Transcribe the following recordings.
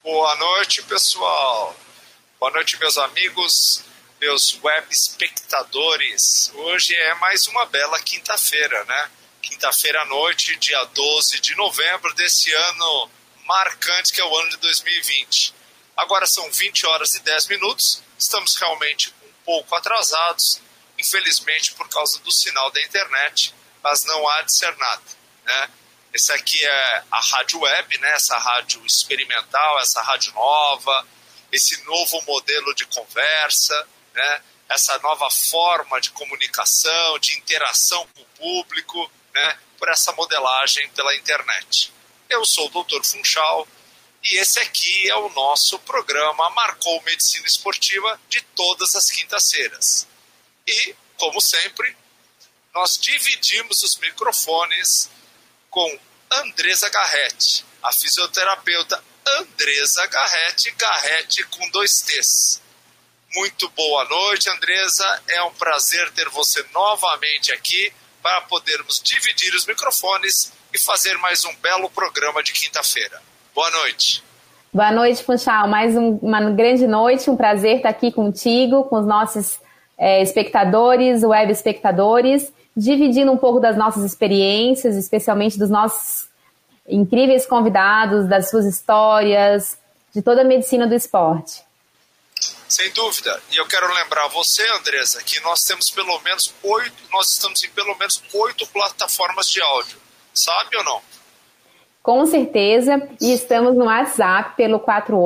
Boa noite, pessoal. Boa noite, meus amigos, meus web espectadores. Hoje é mais uma bela quinta-feira, né? Quinta-feira à noite, dia 12 de novembro desse ano marcante que é o ano de 2020. Agora são 20 horas e 10 minutos. Estamos realmente um pouco atrasados, infelizmente por causa do sinal da internet, mas não há de ser nada, né? Esse aqui é a rádio web, né? Essa rádio experimental, essa rádio nova, esse novo modelo de conversa, né? Essa nova forma de comunicação, de interação com o público, né? Por essa modelagem pela internet. Eu sou o Dr. Funchal e esse aqui é o nosso programa Marcou Medicina Esportiva de todas as quintas-feiras. E, como sempre, nós dividimos os microfones com Andresa Garretti, a fisioterapeuta Andresa Garretti, Garretti com 2 T's. Muito boa noite, Andresa. É um prazer ter você novamente aqui para podermos dividir os microfones e fazer mais um belo programa de quinta-feira. Boa noite. Boa noite, Funchal. Mais uma grande noite, um prazer estar aqui contigo, com os nossos espectadores, web espectadores, dividindo um pouco das nossas experiências, especialmente dos nossos incríveis convidados, das suas histórias, de toda a medicina do esporte. Sem dúvida. E eu quero lembrar você, Andresa, que nós temos nós estamos em pelo menos 8 plataformas de áudio. Sabe ou não? Com certeza. E estamos no WhatsApp pelo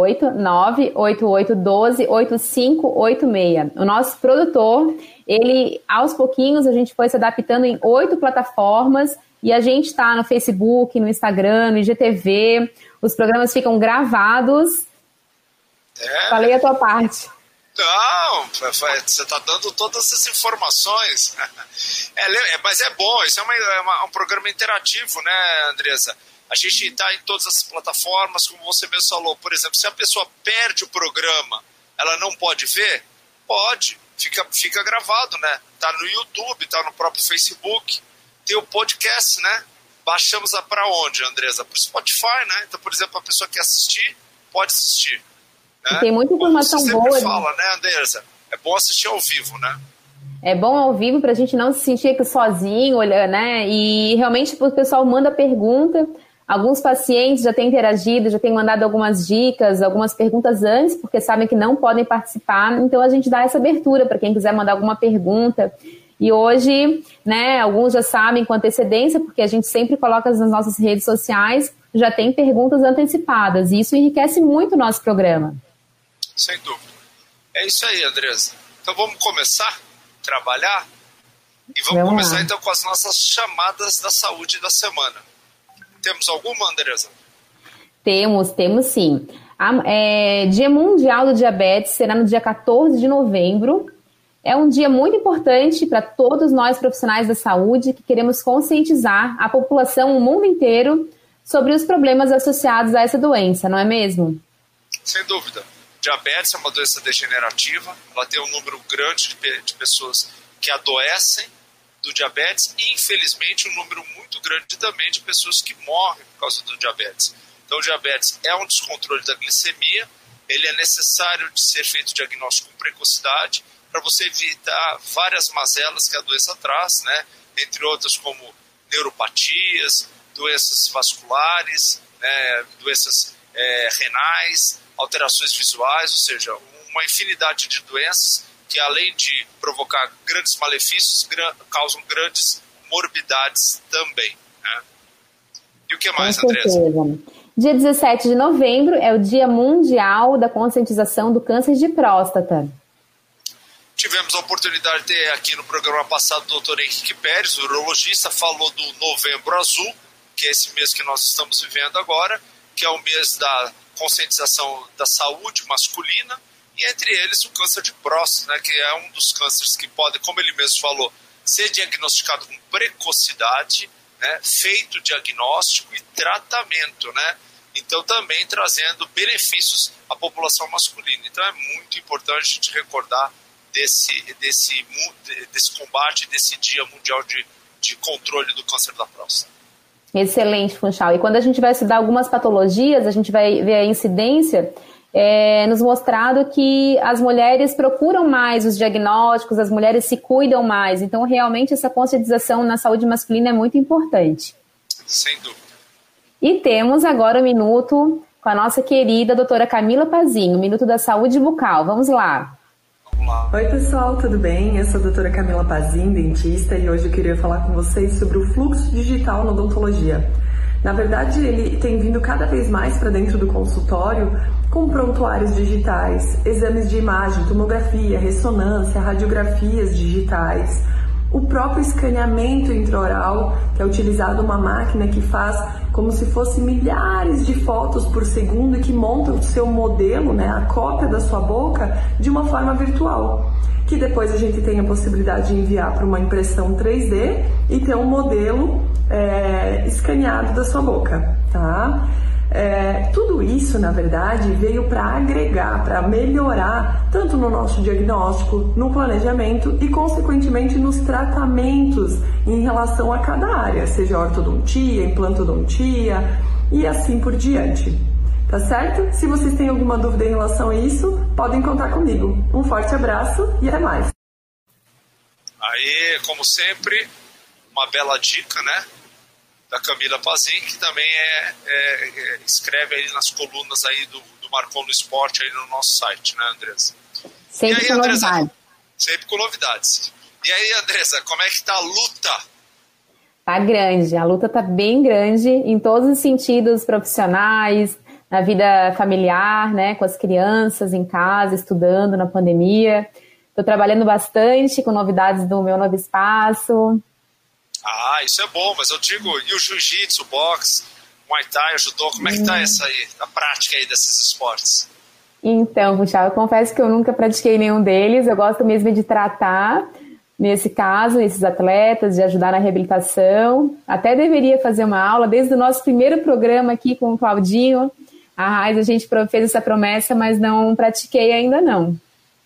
489-8812-8586. O nosso produtor, ele, aos pouquinhos, a gente foi se adaptando em 8 plataformas e a gente está no Facebook, no Instagram, no IGTV. Os programas ficam gravados. Falei a tua parte. Não, você está dando todas as informações. Mas é bom, isso é um programa interativo, né, Andresa? A gente está em todas as plataformas, como você mesmo falou. Por exemplo, se a pessoa perde o programa, ela não pode ver? Pode, fica gravado, né? Está no YouTube, está no próprio Facebook. Tem o podcast, né? Baixamos para onde, Andresa? Para o Spotify, né? Então, por exemplo, a pessoa que quer assistir, pode assistir. Né? Tem muita informação boa. Como você sempre fala, né, Andresa? É bom assistir ao vivo, né? É bom ao vivo para a gente não se sentir sozinho, né? E realmente o pessoal manda pergunta. Alguns pacientes já têm interagido, já têm mandado algumas dicas, algumas perguntas antes, porque sabem que não podem participar. Então a gente dá essa abertura para quem quiser mandar alguma pergunta. E hoje, né, alguns já sabem com antecedência, porque a gente sempre coloca nas nossas redes sociais, já tem perguntas antecipadas. E isso enriquece muito o nosso programa. Sem dúvida. É isso aí, Andresa. Então vamos começar a trabalhar? E vamos começar então com as nossas chamadas da saúde da semana. Temos alguma, Andresa? Temos sim. Dia Mundial do Diabetes será no dia 14 de novembro. É um dia muito importante para todos nós profissionais da saúde que queremos conscientizar a população, o mundo inteiro, sobre os problemas associados a essa doença, não é mesmo? Sem dúvida. Diabetes é uma doença degenerativa. Ela tem um número grande de pessoas que adoecem do diabetes e, infelizmente, um número muito grande também de pessoas que morrem por causa do diabetes. Então, o diabetes é um descontrole da glicemia, ele é necessário de ser feito diagnóstico com precocidade para você evitar várias mazelas que a doença traz, né? Entre outras como neuropatias, doenças vasculares, né? Doenças renais, alterações visuais, ou seja, uma infinidade de doenças que, além de provocar grandes malefícios, causam grandes morbidades também, né? E o que mais, Andresa? Dia 17 de novembro é o Dia Mundial da Conscientização do Câncer de Próstata. Tivemos a oportunidade de ter aqui no programa passado o Dr. Henrique Pérez, o urologista, falou do Novembro Azul, que é esse mês que nós estamos vivendo agora, que é o mês da conscientização da saúde masculina, e entre eles o câncer de próstata, né, que é um dos cânceres que pode, como ele mesmo falou, ser diagnosticado com precocidade, né, feito diagnóstico e tratamento, né? Então também trazendo benefícios à população masculina. Então é muito importante a gente recordar desse combate, desse Dia Mundial de controle do câncer da próstata. Excelente, Funchal. E quando a gente vai estudar algumas patologias, a gente vai ver a incidência, nos mostrado que as mulheres procuram mais os diagnósticos, as mulheres se cuidam mais. Então, realmente, essa conscientização na saúde masculina é muito importante. Sem dúvida. E temos agora o minuto com a nossa querida doutora Camila Pazinho, o Minuto da Saúde Bucal. Vamos lá. Oi pessoal, tudo bem? Eu sou a doutora Camila Pazin, dentista, e hoje eu queria falar com vocês sobre o fluxo digital na odontologia. Na verdade, ele tem vindo cada vez mais para dentro do consultório com prontuários digitais, exames de imagem, tomografia, ressonância, radiografias digitais, o próprio escaneamento intraoral, que é utilizado uma máquina que faz como se fosse milhares de fotos por segundo e que monta o seu modelo, né, a cópia da sua boca, de uma forma virtual. Que depois a gente tem a possibilidade de enviar para uma impressão 3D e ter um modelo escaneado da sua boca, tá? Tudo isso, na verdade, veio para agregar, para melhorar tanto no nosso diagnóstico, no planejamento e, consequentemente, nos tratamentos em relação a cada área, seja ortodontia, implantodontia e assim por diante. Tá certo? Se vocês têm alguma dúvida em relação a isso, podem contar comigo. Um forte abraço e até mais. Aí, como sempre, uma bela dica, né? Da Camila Pazin, que também escreve aí nas colunas aí do Marcon no Esporte aí no nosso site, né, Andressa? Sempre aí, com Andressa, novidades. Sempre com novidades. E aí, Andressa, como é que tá a luta? Tá grande, a luta tá bem grande em todos os sentidos profissionais, na vida familiar, né, com as crianças em casa, estudando na pandemia. Tô trabalhando bastante com novidades do meu novo espaço. Ah, isso é bom, mas eu digo, e o jiu-jitsu, o boxe, o muay thai, o judô, como é que tá essa aí, a prática aí desses esportes? Então, Puxal, eu confesso que eu nunca pratiquei nenhum deles, eu gosto mesmo de tratar, nesse caso, esses atletas, de ajudar na reabilitação. Até deveria fazer uma aula, desde o nosso primeiro programa aqui com o Claudinho, a Raiz, a gente fez essa promessa, mas não pratiquei ainda não.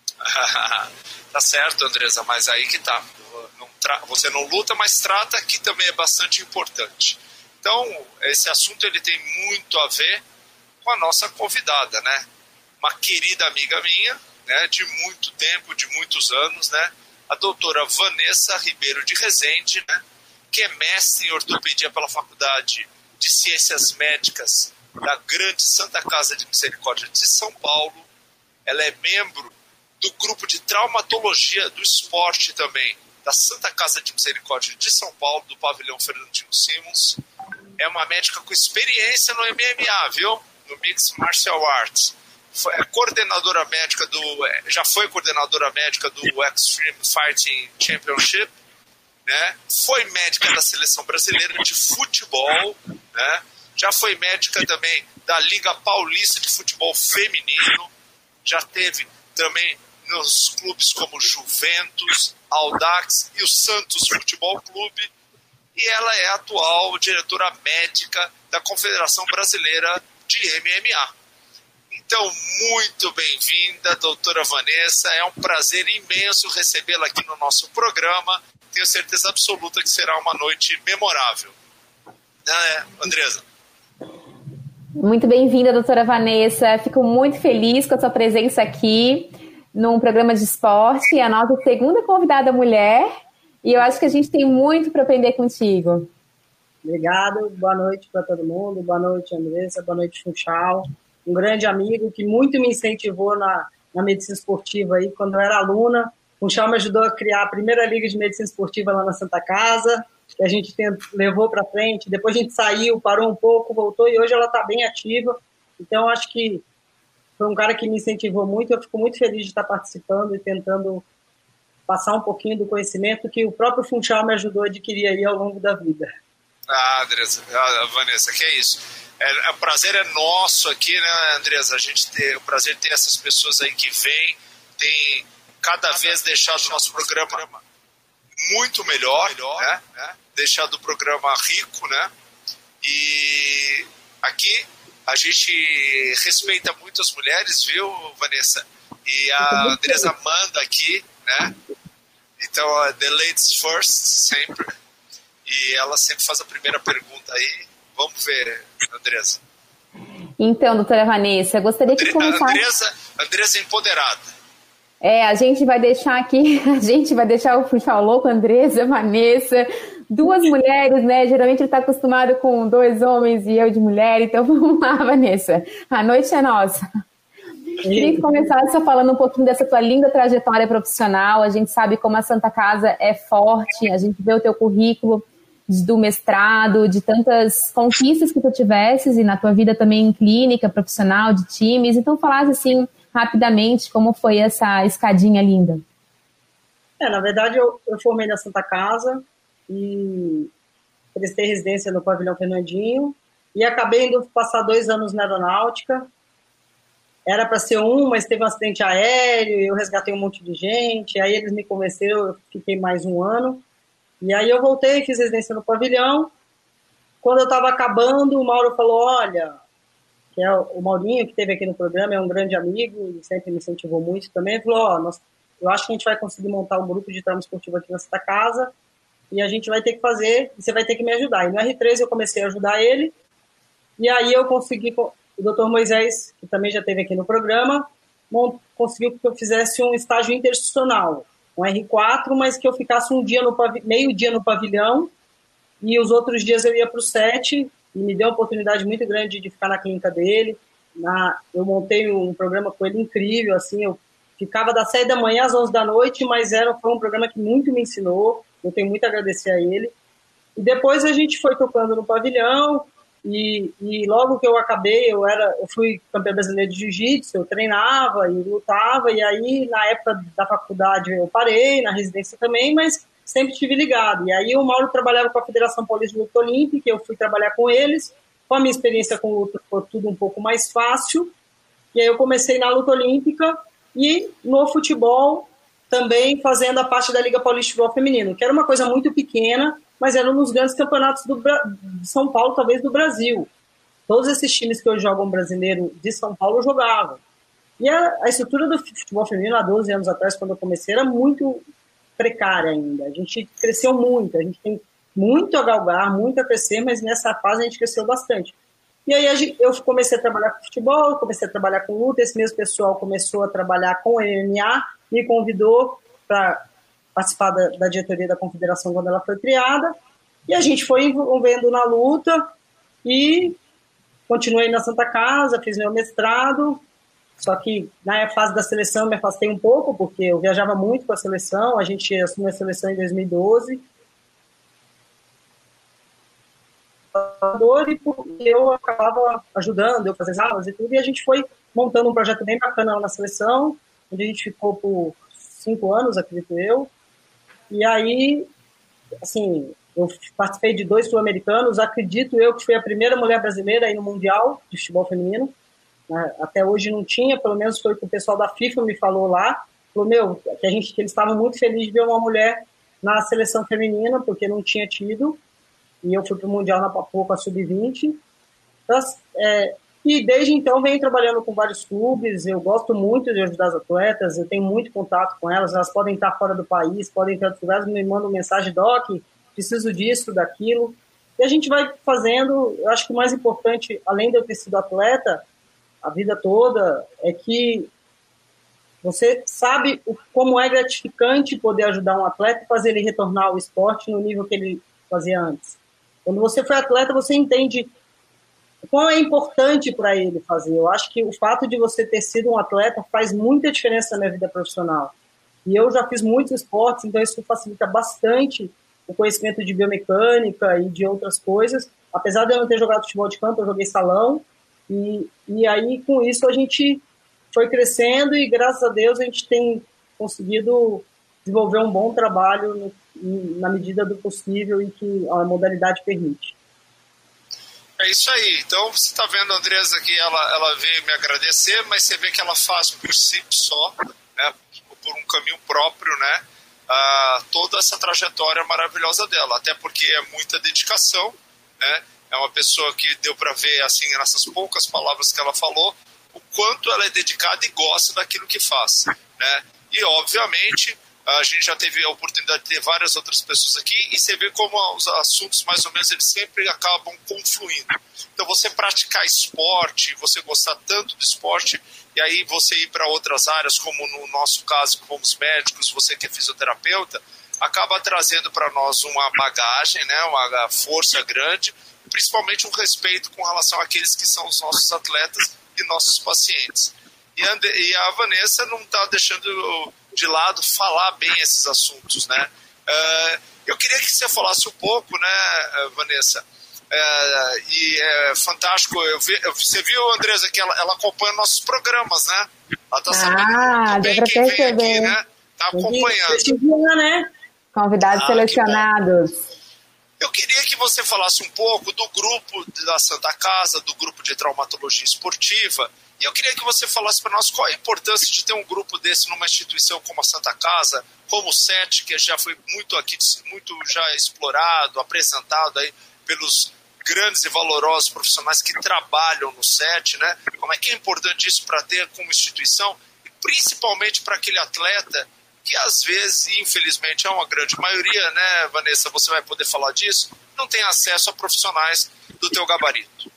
Tá certo, Andressa, mas aí que tá. Você não luta, mas trata, que também é bastante importante. Então, esse assunto ele tem muito a ver com a nossa convidada, né? Uma querida amiga minha, né? De muito tempo, de muitos anos, né? A doutora Vanessa Ribeiro de Rezende, né? Que é mestre em ortopedia pela Faculdade de Ciências Médicas da Grande Santa Casa de Misericórdia de São Paulo. Ela é membro do grupo de traumatologia do esporte também, da Santa Casa de Misericórdia de São Paulo, do pavilhão Fernandinho Simons. É uma médica com experiência no MMA, viu? No Mixed Martial Arts. Coordenadora médica já foi coordenadora médica do Extreme Fighting Championship, né? Foi médica da Seleção Brasileira de Futebol, né? Já foi médica também da Liga Paulista de Futebol Feminino. Já teve também nos clubes como Juventus, Audax e o Santos Futebol Clube, e ela é a atual diretora médica da Confederação Brasileira de MMA. Então, muito bem-vinda, doutora Vanessa, é um prazer imenso recebê-la aqui no nosso programa, tenho certeza absoluta que será uma noite memorável. Andressa? Muito bem-vinda, doutora Vanessa, fico muito feliz com a sua presença aqui num programa de esporte, a nossa segunda convidada mulher, e eu acho que a gente tem muito para aprender contigo. Obrigado, boa noite para todo mundo, boa noite, Andressa, boa noite, Funchal, um grande amigo que muito me incentivou na medicina esportiva aí, quando eu era aluna. Funchal me ajudou a criar a primeira liga de medicina esportiva lá na Santa Casa, que a gente levou para frente, depois a gente saiu, parou um pouco, voltou, e hoje ela está bem ativa, então acho que foi um cara que me incentivou muito, eu fico muito feliz de estar participando e tentando passar um pouquinho do conhecimento que o próprio Funchal me ajudou a adquirir aí ao longo da vida. Ah, Andressa, Vanessa, que é isso. O prazer é nosso aqui, né, Andressa? A gente ter o prazer de ter essas pessoas aí que vêm, tem cada vez deixado o nosso programa muito melhor, né? Deixado o programa rico, né? E aqui a gente respeita muito as mulheres, viu, Vanessa? E a Andressa manda aqui, né? Então, the ladies first, sempre. e ela sempre faz a primeira pergunta aí. Vamos ver, Andresa. Então, doutora Vanessa, eu gostaria que começasse... Andresa empoderada. A gente vai deixar o Funchal louco, Andresa, Vanessa, duas mulheres, né? Geralmente ele está acostumado com 2 homens e eu de mulher, então vamos lá, Vanessa. A noite é nossa. Queria que começasse só falando um pouquinho dessa tua linda trajetória profissional. A gente sabe como a Santa Casa é forte, a gente vê o teu currículo do mestrado, de tantas conquistas que tu tivesses e na tua vida também em clínica, profissional, de times. Então, falasse assim, rapidamente, como foi essa escadinha linda. Na verdade, eu formei na Santa Casa e prestei residência no Pavilhão Fernandinho e acabei indo passar 2 anos na aeronáutica. Era para ser mas teve um acidente aéreo, eu resgatei um monte de gente, aí eles me convenceram, eu fiquei mais 1 ano. E aí eu voltei, fiz residência no Pavilhão. Quando eu estava acabando, o Mauro falou, olha, que é o Maurinho, que esteve aqui no programa, é um grande amigo, e sempre me incentivou muito também, ele falou, eu acho que a gente vai conseguir montar um grupo de trauma esportivo aqui na Santa Casa, e a gente vai ter que fazer, e você vai ter que me ajudar. E no R13 eu comecei a ajudar ele, e aí eu consegui, o Dr. Moisés, que também já esteve aqui no programa, conseguiu que eu fizesse um estágio interinstitucional, um R4, mas que eu ficasse meio dia no pavilhão, e os outros dias eu ia para o SET, e me deu uma oportunidade muito grande de ficar na clínica dele. Eu montei um programa com ele incrível, assim, eu ficava das 7 da manhã às 11 da noite, mas foi um programa que muito me ensinou, eu tenho muito a agradecer a ele. E depois a gente foi tocando no pavilhão, e logo que eu acabei, eu fui campeã brasileira de jiu-jitsu, eu treinava e lutava, e aí na época da faculdade eu parei, na residência também, mas sempre estive ligado. E aí o Mauro trabalhava com a Federação Paulista de Luta Olímpica, eu fui trabalhar com eles, com a minha experiência com luta foi tudo um pouco mais fácil, e aí eu comecei na luta olímpica e no futebol também fazendo a parte da Liga Paulista de Futebol Feminino, que era uma coisa muito pequena, mas era um dos grandes campeonatos de São Paulo, talvez do Brasil. Todos esses times que hoje jogam brasileiro de São Paulo jogavam. E a estrutura do futebol feminino, há 12 anos atrás, quando eu comecei, era muito precária ainda. A gente cresceu muito, a gente tem muito a galgar, muito a crescer, mas nessa fase a gente cresceu bastante. E aí eu comecei a trabalhar com futebol, comecei a trabalhar com luta, esse mesmo pessoal começou a trabalhar com MMA, me convidou para participar da diretoria da Confederação quando ela foi criada, e a gente foi envolvendo na luta e continuei na Santa Casa, fiz meu mestrado, só que na fase da seleção me afastei um pouco, porque eu viajava muito com a seleção, a gente assumiu a seleção em 2012, e eu acabava ajudando, eu fazia aulas e tudo, e a gente foi montando um projeto bem bacana lá na seleção, onde a gente ficou por 5 anos, acredito eu. E aí, assim, eu participei de 2 sul-americanos, acredito eu que fui a primeira mulher brasileira aí no Mundial de Futebol Feminino. Até hoje não tinha, pelo menos foi o que o pessoal da FIFA me falou lá. Falou, que eles estavam muito felizes de ver uma mulher na seleção feminina, porque não tinha tido. E eu fui para o Mundial na Papua com a Sub-20. E desde então venho trabalhando com vários clubes, eu gosto muito de ajudar as atletas, eu tenho muito contato com elas podem estar fora do país, podem estar em outros lugares, me mandam mensagem, Doc, preciso disso, daquilo, e a gente vai fazendo. Eu acho que o mais importante, além de eu ter sido atleta a vida toda, é que você sabe como é gratificante poder ajudar um atleta e fazer ele retornar ao esporte no nível que ele fazia antes. Quando você foi atleta, você entende qual é importante para ele fazer. Eu acho que o fato de você ter sido um atleta faz muita diferença na minha vida profissional. E eu já fiz muitos esportes, então isso facilita bastante o conhecimento de biomecânica e de outras coisas. Apesar de eu não ter jogado futebol de campo, eu joguei salão. E aí, com isso, a gente foi crescendo e, graças a Deus, a gente tem conseguido desenvolver um bom trabalho na medida do possível e que a modalidade permite. É isso aí. Então, você está vendo a Andresa que ela veio me agradecer, mas você vê que ela faz por si só, né, por um caminho próprio, né, toda essa trajetória maravilhosa dela. Até porque é muita dedicação, né, é uma pessoa que deu para ver, assim, nessas poucas palavras que ela falou, o quanto ela é dedicada e gosta daquilo que faz, né. E, obviamente, A gente já teve a oportunidade de ter várias outras pessoas aqui e você vê como os assuntos, mais ou menos, eles sempre acabam confluindo. Então, você praticar esporte, você gostar tanto do esporte, e aí você ir para outras áreas, como no nosso caso, como os médicos, você que é fisioterapeuta, acaba trazendo para nós uma bagagem, né, uma força grande, principalmente um respeito com relação àqueles que são os nossos atletas e nossos pacientes. E a Vanessa não está deixando de lado falar bem esses assuntos, né? Eu queria que você falasse um pouco, né, Vanessa? E é fantástico. Você viu, Andresa, que ela acompanha nossos programas, né? Ela está sabendo muito bem quem vem aqui, né? Está acompanhando. Né? Convidados selecionados. Eu queria que você falasse um pouco do grupo da Santa Casa, do grupo de traumatologia esportiva. E eu queria que você falasse para nós qual a importância de ter um grupo desse numa instituição como a Santa Casa, como o SET, que já foi muito já explorado, apresentado aí pelos grandes e valorosos profissionais que trabalham no SET, né? Como é que é importante isso para ter como instituição, e principalmente para aquele atleta que às vezes, infelizmente, é uma grande maioria, né, Vanessa, você vai poder falar disso, não tem acesso a profissionais do teu gabarito.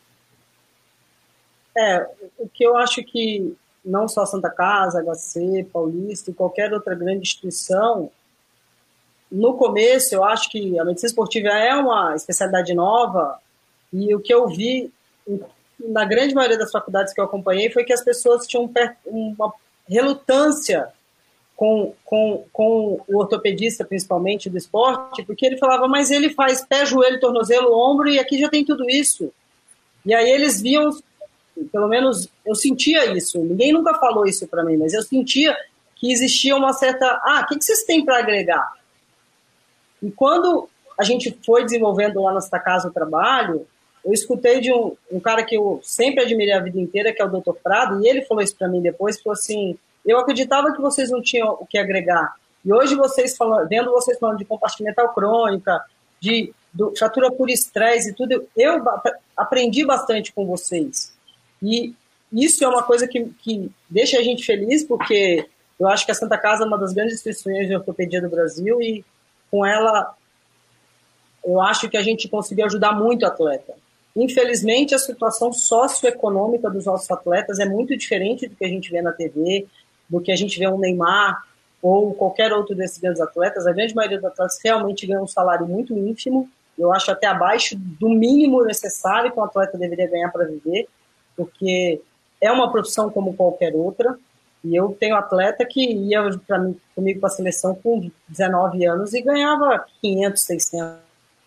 O que eu acho que não só a Santa Casa, HC, Paulista e qualquer outra grande instituição, no começo eu acho que a medicina esportiva é uma especialidade nova, e o que eu vi na grande maioria das faculdades que eu acompanhei foi que as pessoas tinham uma relutância com o ortopedista, principalmente do esporte, porque ele falava, mas ele faz pé, joelho, tornozelo, ombro, e aqui já tem tudo isso. E aí eles viam, pelo menos eu sentia isso, ninguém nunca falou isso para mim, mas eu sentia que existia uma certa, o que vocês têm para agregar? E quando a gente foi desenvolvendo lá na Santa Casa o trabalho, eu escutei de um cara que eu sempre admirei a vida inteira, que é o Dr. Prado, e ele falou isso para mim depois, falou assim, eu acreditava que vocês não tinham o que agregar, e hoje vendo vocês falando de compartimental crônica, de fratura por estresse e tudo, eu aprendi bastante com vocês. E isso é uma coisa que deixa a gente feliz, porque eu acho que a Santa Casa é uma das grandes instituições de ortopedia do Brasil, e com ela eu acho que a gente conseguiu ajudar muito o atleta. Infelizmente, a situação socioeconômica dos nossos atletas é muito diferente do que a gente vê na TV, do que a gente vê um Neymar ou qualquer outro desses grandes atletas. A grande maioria dos atletas realmente ganha um salário muito ínfimo, eu acho até abaixo do mínimo necessário que um atleta deveria ganhar para viver, porque é uma profissão como qualquer outra, e eu tenho atleta que ia comigo para a seleção com 19 anos e ganhava 500, 600.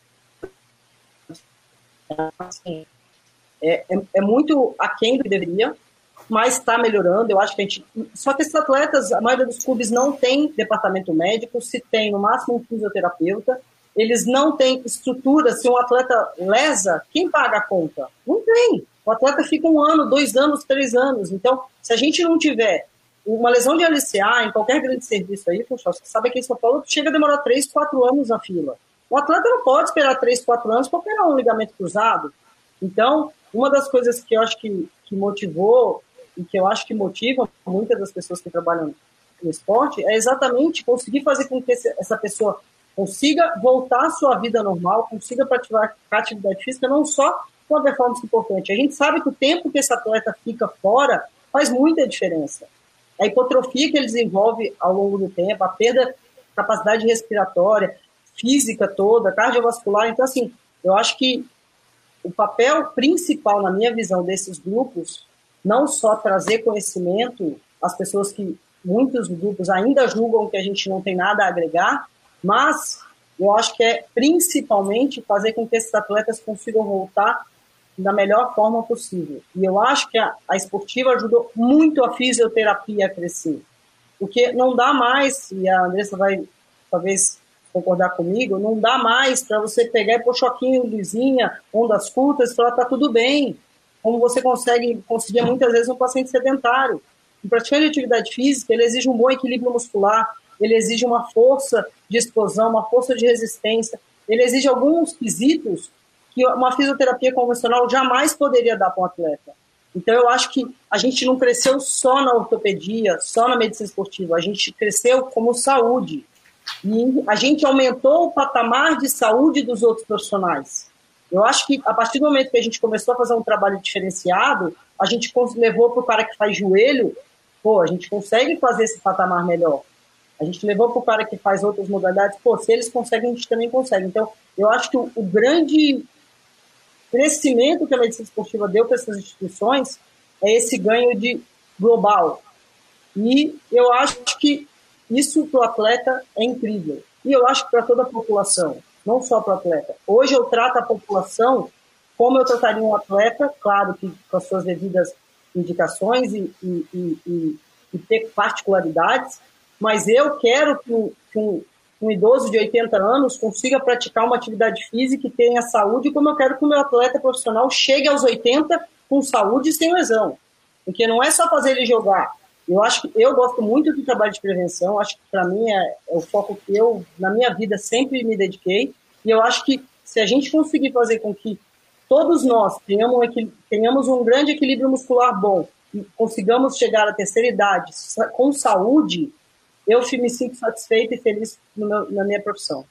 Assim, é muito aquém do que deveria, mas está melhorando. Eu acho que só que esses atletas, a maioria dos clubes não tem departamento médico, se tem no máximo um fisioterapeuta, eles não têm estrutura. Se um atleta lesa, quem paga a conta? Não tem. O atleta fica 1 ano, 2 anos, 3 anos. Então, se a gente não tiver uma lesão de LCA em qualquer grande serviço aí, você sabe que em São Paulo chega a demorar 3, 4 anos na fila. O atleta não pode esperar 3, 4 anos para operar um ligamento cruzado. Então, uma das coisas que eu acho que motivou e que eu acho que motiva muitas das pessoas que trabalham no esporte é exatamente conseguir fazer com que essa pessoa consiga voltar à sua vida normal, consiga praticar atividade física, não só com a performance importante. A gente sabe que o tempo que esse atleta fica fora faz muita diferença. A hipotrofia que ele desenvolve ao longo do tempo, a perda de capacidade respiratória, física toda, cardiovascular. Então, assim, eu acho que o papel principal, na minha visão, desses grupos, não só trazer conhecimento às pessoas que muitos grupos ainda julgam que a gente não tem nada a agregar, mas eu acho que é principalmente fazer com que esses atletas consigam voltar da melhor forma possível. E eu acho que a esportiva ajudou muito a fisioterapia a crescer. Porque não dá mais, e a Andressa vai talvez concordar comigo, não dá mais para você pegar e pôr choquinho, luzinha, ondas curtas e falar tá tudo bem, como você conseguir muitas vezes um paciente sedentário. O praticante de atividade física, ele exige um bom equilíbrio muscular, ele exige uma força de explosão, uma força de resistência, ele exige alguns quesitos que uma fisioterapia convencional jamais poderia dar para um atleta. Então, eu acho que a gente não cresceu só na ortopedia, só na medicina esportiva, a gente cresceu como saúde. E a gente aumentou o patamar de saúde dos outros profissionais. Eu acho que, a partir do momento que a gente começou a fazer um trabalho diferenciado, a gente levou para o cara que faz joelho, a gente consegue fazer esse patamar melhor. A gente levou para o cara que faz outras modalidades, se eles conseguem, a gente também consegue. Então, eu acho que o grande crescimento que a medicina esportiva deu para essas instituições é esse ganho de global. E eu acho que isso para o atleta é incrível. E eu acho que para toda a população, não só para o atleta. Hoje eu trato a população como eu trataria um atleta, claro que com as suas devidas indicações e ter particularidades, mas eu quero que um idoso de 80 anos consiga praticar uma atividade física e tenha saúde, como eu quero que o meu atleta profissional chegue aos 80 com saúde e sem lesão. Porque não é só fazer ele jogar. Eu gosto muito do trabalho de prevenção, acho que para mim é o foco que eu, na minha vida, sempre me dediquei, e eu acho que se a gente conseguir fazer com que todos nós tenhamos um grande equilíbrio muscular bom e consigamos chegar à terceira idade com saúde, eu me sinto satisfeita e feliz na minha profissão.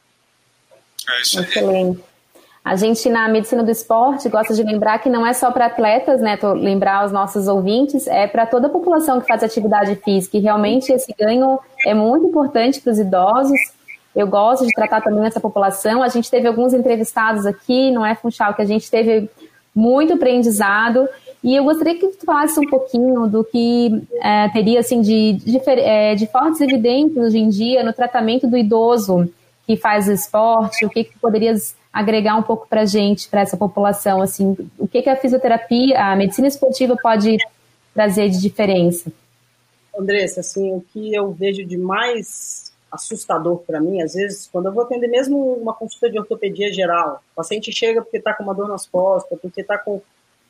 É isso aí. Excelente. A gente, na medicina do esporte, gosta de lembrar que não é só para atletas, né? Lembrar aos nossos ouvintes, é para toda a população que faz atividade física. E realmente esse ganho é muito importante para os idosos. Eu gosto de tratar também essa população. A gente teve alguns entrevistados aqui, não é, Funchal, que a gente teve muito aprendizado. E eu gostaria que tu falasse um pouquinho do que teria assim, de fortes evidências hoje em dia no tratamento do idoso que faz esporte, o que tu poderias agregar um pouco para a gente, para essa população, assim, o que a fisioterapia, a medicina esportiva pode trazer de diferença? Andressa, assim, o que eu vejo de mais assustador para mim, às vezes, quando eu vou atender mesmo uma consulta de ortopedia geral, o paciente chega porque está com uma dor nas costas, porque está com...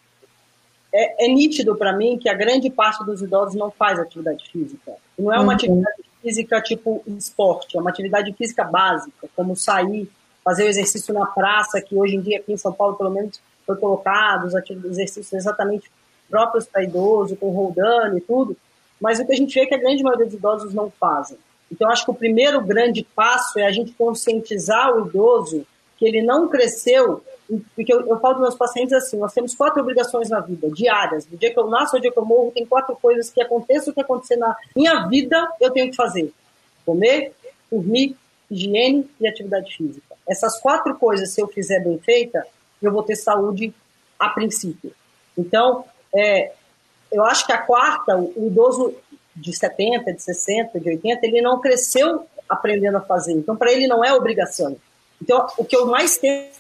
É nítido para mim que a grande parte dos idosos não faz atividade física. Não é uma atividade física tipo esporte, é uma atividade física básica, como sair, fazer o exercício na praça, que hoje em dia aqui em São Paulo, pelo menos, foi colocado, os exercícios exatamente próprios para idoso, com roldana e tudo, mas o que a gente vê é que a grande maioria dos idosos não fazem. Então, acho que o primeiro grande passo é a gente conscientizar o idoso que ele não cresceu, porque eu falo dos meus pacientes assim, nós temos 4 obrigações na vida, diárias, do dia que eu nasço ao dia que eu morro, tem 4 coisas que aconteçam, o que acontecer na minha vida, eu tenho que fazer. Comer, dormir, higiene e atividade física. Essas 4 coisas, se eu fizer bem feita, eu vou ter saúde a princípio. Então, eu acho que a quarta, o idoso de 70, de 60, de 80, ele não cresceu aprendendo a fazer. Então, para ele não é obrigação. Então, o que eu mais tenho...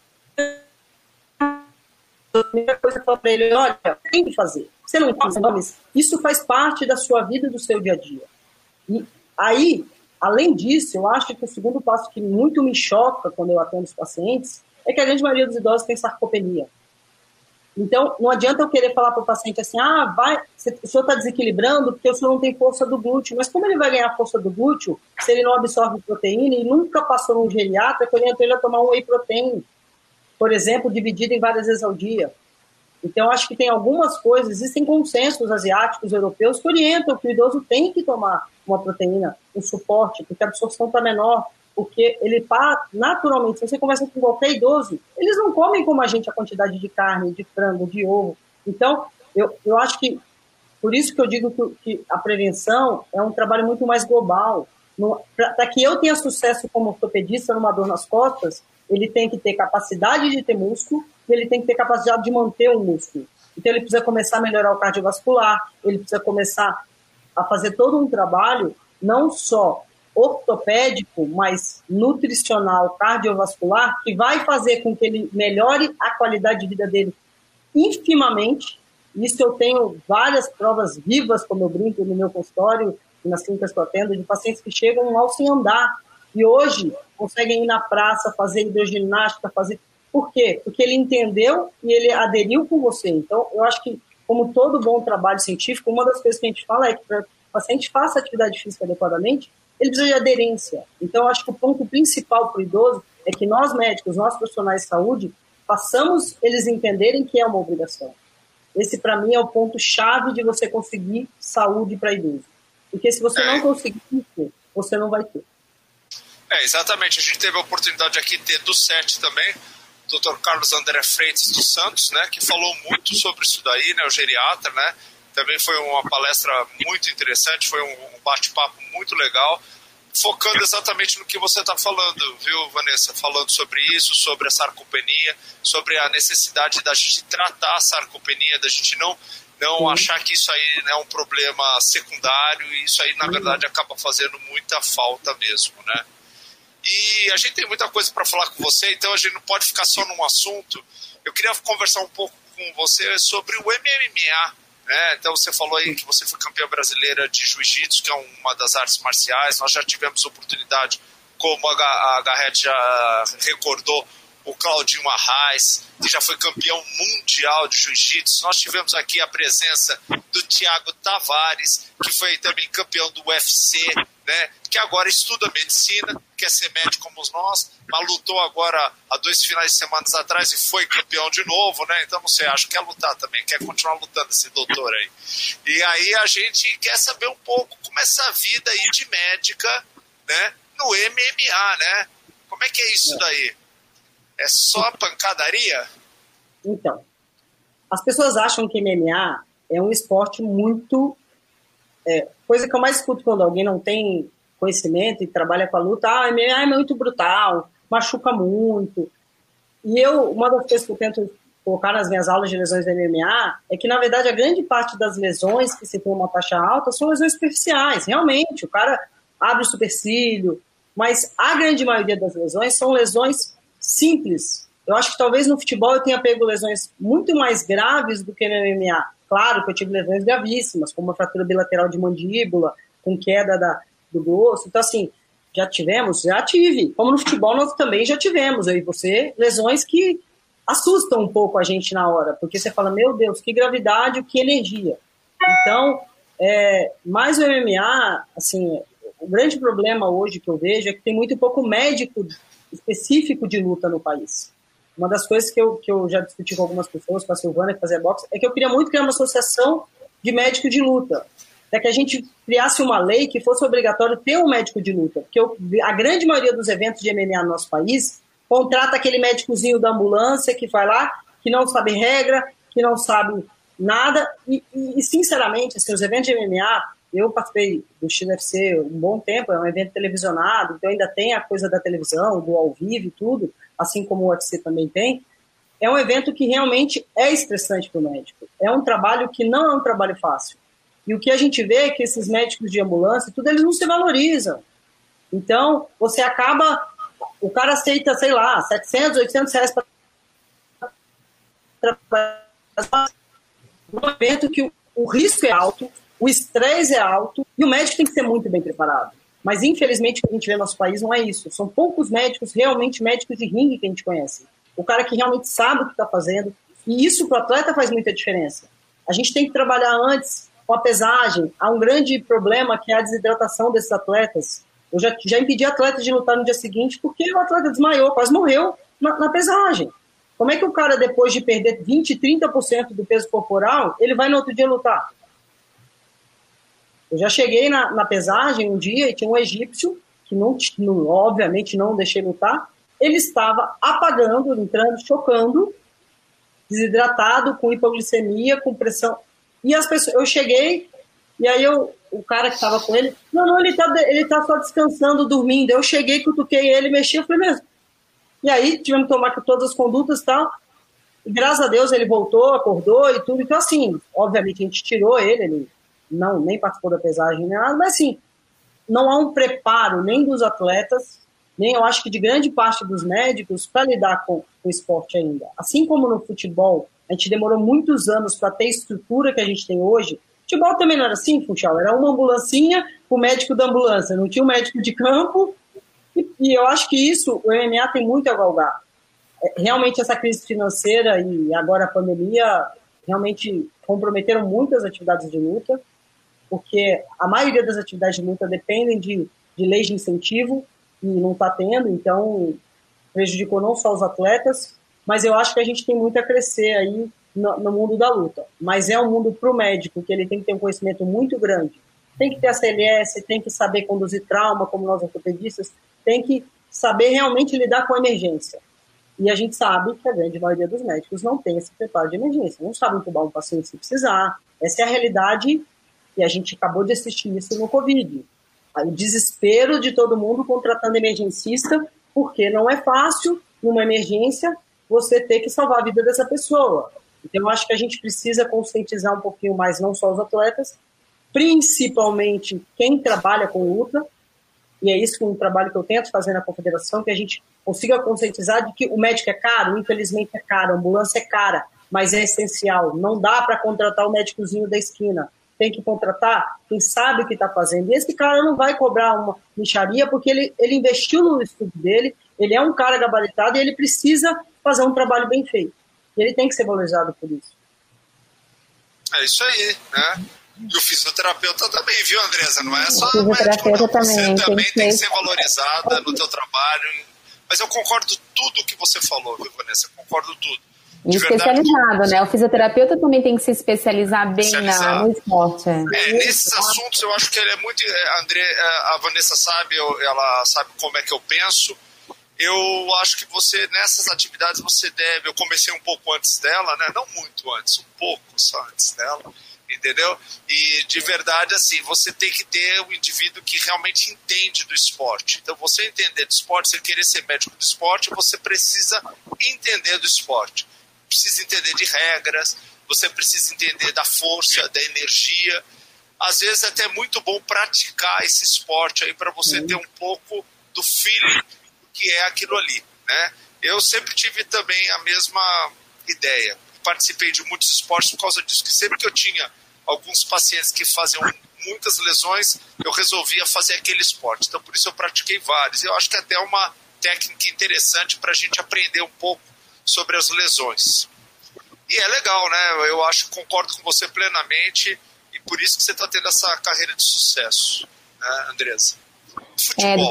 A primeira coisa que eu falo para ele, olha, tem que fazer. Você não faz nomes, isso faz parte da sua vida e do seu dia a dia. E aí, além disso, eu acho que o segundo passo que muito me choca quando eu atendo os pacientes é que a grande maioria dos idosos tem sarcopenia. Então, não adianta eu querer falar para o paciente assim, o senhor está desequilibrando porque o senhor não tem força do glúteo. Mas como ele vai ganhar força do glúteo se ele não absorve proteína e nunca passou num geriatra que orientou ele a tomar um whey protein, por exemplo, dividido em várias vezes ao dia? Então, acho que tem algumas coisas, existem consensos asiáticos, europeus, que orientam que o idoso tem que tomar uma proteína, um suporte, porque a absorção está menor, porque ele naturalmente, se você conversa com qualquer idoso, eles não comem como a gente a quantidade de carne, de frango, de ovo. Então, eu acho que, por isso que eu digo que a prevenção é um trabalho muito mais global. Para que eu tenha sucesso como ortopedista numa dor nas costas, ele tem que ter capacidade de ter músculo e ele tem que ter capacidade de manter o músculo. Então, ele precisa começar a melhorar o cardiovascular, ele precisa começar a fazer todo um trabalho, não só ortopédico, mas nutricional, cardiovascular, que vai fazer com que ele melhore a qualidade de vida dele infimamente. Isso eu tenho várias provas vivas, como eu brinco no meu consultório e nas clínicas que eu atendo, de pacientes que chegam mal sem andar e hoje conseguem ir na praça, fazer hidroginástica, fazer... Por quê? Porque ele entendeu e ele aderiu com você. Então, eu acho que, como todo bom trabalho científico, uma das coisas que a gente fala é que para que o paciente faça atividade física adequadamente, ele precisa de aderência. Então, acho que o ponto principal para o idoso é que nós médicos, nós profissionais de saúde, façamos eles entenderem que é uma obrigação. Esse, para mim, é o ponto-chave de você conseguir saúde para idoso. Porque se você não conseguir isso, você não vai ter. Exatamente. A gente teve a oportunidade aqui de ter do SET também, o Dr. Carlos André Freitas dos Santos, né, que falou muito sobre isso daí, né, o geriatra, né. Também foi uma palestra muito interessante, foi um bate-papo muito legal, focando exatamente no que você está falando, viu, Vanessa? Falando sobre isso, sobre a sarcopenia, sobre a necessidade da gente tratar a sarcopenia, da gente não achar que isso aí é um problema secundário, e isso aí, na verdade, acaba fazendo muita falta mesmo, né? E a gente tem muita coisa para falar com você, então a gente não pode ficar só num assunto. Eu queria conversar um pouco com você sobre o MMA, né? Então você falou aí que você foi campeã brasileira de jiu-jitsu, que é uma das artes marciais. Nós já tivemos oportunidade, como a Garrett já recordou, o Claudinho Arraes, que já foi campeão mundial de jiu-jitsu. Nós tivemos aqui a presença do Thiago Tavares, que foi também campeão do UFC, né, que agora estuda medicina, quer ser médico como nós, mas lutou agora há 2 finais de semana atrás e foi campeão de novo, né? Então não sei, acho que quer lutar também, quer continuar lutando esse doutor aí. E aí a gente quer saber um pouco como é essa vida aí de médica, né, no MMA, né? Como é que é isso daí? É só pancadaria? Então, as pessoas acham que MMA é um esporte muito... coisa que eu mais escuto quando alguém não tem conhecimento e trabalha com a luta, MMA é muito brutal, machuca muito. E uma das coisas que eu tento colocar nas minhas aulas de lesões da MMA é que, na verdade, a grande parte das lesões que se tem uma faixa alta são lesões superficiais. Realmente, o cara abre o supercílio, mas a grande maioria das lesões são lesões simples. Eu acho que talvez no futebol eu tenha pego lesões muito mais graves do que no MMA. Claro que eu tive lesões gravíssimas, como uma fratura bilateral de mandíbula, com queda do grosso. Então, assim, já tive. Como no futebol nós também já tivemos, eu e você, lesões que assustam um pouco a gente na hora, porque você fala, meu Deus, que gravidade, que energia. Então, mais o MMA, assim, o grande problema hoje que eu vejo é que tem muito pouco médico específico de luta no país. Uma das coisas que eu já discuti com algumas pessoas, com a Silvana, que fazia boxe, é que eu queria muito criar uma associação de médico de luta. Até que a gente criasse uma lei que fosse obrigatório ter um médico de luta. Porque a grande maioria dos eventos de MMA no nosso país contrata aquele médicozinho da ambulância que vai lá, que não sabe regra, que não sabe nada. E sinceramente, assim, os eventos de MMA, eu participei do UFC um bom tempo, é um evento televisionado, então ainda tem a coisa da televisão, do ao vivo e tudo, assim como o UFC também tem. É um evento que realmente é estressante para o médico. É um trabalho que não é um trabalho fácil. E o que a gente vê é que esses médicos de ambulância, tudo, eles não se valorizam. Então, você acaba... O cara aceita, sei lá, 700, 800 reais para trabalhar num evento que o risco é alto, o estresse é alto e o médico tem que ser muito bem preparado. Mas, infelizmente, o que a gente vê no nosso país não é isso. São poucos médicos, realmente médicos de ringue que a gente conhece. O cara que realmente sabe o que está fazendo. E isso para o atleta faz muita diferença. A gente tem que trabalhar antes com a pesagem. Há um grande problema que é a desidratação desses atletas. Eu já impedi atletas de lutar no dia seguinte porque o atleta desmaiou, quase morreu na pesagem. Como é que o cara, depois de perder 20%, 30% do peso corporal, ele vai no outro dia lutar? Eu já cheguei na pesagem um dia e tinha um egípcio, que obviamente não deixei lutar, ele estava apagando, entrando, chocando, desidratado, com hipoglicemia, com pressão. E as pessoas, eu cheguei, e aí o cara que estava com ele, não, ele tá só descansando, dormindo. Eu cheguei, cutuquei ele, mexi, eu falei mesmo. E aí tivemos que tomar todas as condutas e tal. E graças a Deus ele voltou, acordou e tudo. Então, assim, obviamente a gente tirou ele nem participou da pesagem nem nada, mas assim, não há um preparo nem dos atletas, nem eu acho que de grande parte dos médicos para lidar com o esporte ainda. Assim como no futebol, a gente demorou muitos anos para ter a estrutura que a gente tem hoje. Futebol também não era assim, Funchal, era uma ambulancinha com o médico da ambulância, não tinha um médico de campo, e eu acho que isso, o MMA tem muito a galgar. Realmente essa crise financeira e agora a pandemia realmente comprometeram muitas atividades de luta, porque a maioria das atividades de luta dependem de leis de incentivo, e não está tendo, então prejudicou não só os atletas, mas eu acho que a gente tem muito a crescer aí no mundo da luta, mas é um mundo para o médico, que ele tem que ter um conhecimento muito grande. Tem que ter a CLS, tem que saber conduzir trauma, como nós ortopedistas, tem que saber realmente lidar com a emergência. E a gente sabe que a grande maioria dos médicos não tem esse preparo de emergência, não sabe entubar um paciente se precisar. Essa é a realidade, e a gente acabou de assistir isso no Covid. O desespero de todo mundo contratando emergencista, porque não é fácil, numa emergência, você ter que salvar a vida dessa pessoa. Então, eu acho que a gente precisa conscientizar um pouquinho mais, não só os atletas, principalmente quem trabalha com luta, e é isso um trabalho que eu tento fazer na confederação, que a gente consiga conscientizar de que o médico é caro, infelizmente é caro, a ambulância é cara, mas é essencial. Não dá para contratar o médicozinho da esquina. Tem que contratar quem sabe o que está fazendo. E esse cara não vai cobrar uma mixaria porque ele investiu no estudo dele, ele é um cara gabaritado e ele precisa fazer um trabalho bem feito. E ele tem que ser valorizado por isso. É isso aí, né? E o fisioterapeuta também, viu, Andressa? Não é só o médico, não. também, você também tem que ser valorizada no teu trabalho. Mas eu concordo tudo que você falou, viu, Vanessa? Concordo tudo. E especializado, né? O fisioterapeuta também tem que se especializar bem no esporte. Nesses assuntos eu acho que ele é muito... a Vanessa sabe, ela sabe como é que eu penso. Eu acho que você, nessas atividades, você deve... Eu comecei um pouco antes dela, né? Não muito antes, um pouco só antes dela. Entendeu? E de verdade, assim, você tem que ter um indivíduo que realmente entende do esporte. Então, você entender do esporte, você querer ser médico do esporte, você precisa entender do esporte. Precisa entender de regras, você precisa entender da força, da energia. Às vezes é até muito bom praticar esse esporte aí para você ter um pouco do feeling do que é aquilo ali, né? Eu sempre tive também a mesma ideia. Participei de muitos esportes por causa disso, que sempre que eu tinha alguns pacientes que faziam muitas lesões, eu resolvia fazer aquele esporte. Então, por isso eu pratiquei vários. Eu acho que até é uma técnica interessante para a gente aprender um pouco sobre as lesões. E é legal, né? Eu acho, concordo com você plenamente, e por isso que você está tendo essa carreira de sucesso, né, Andressa? Futebol.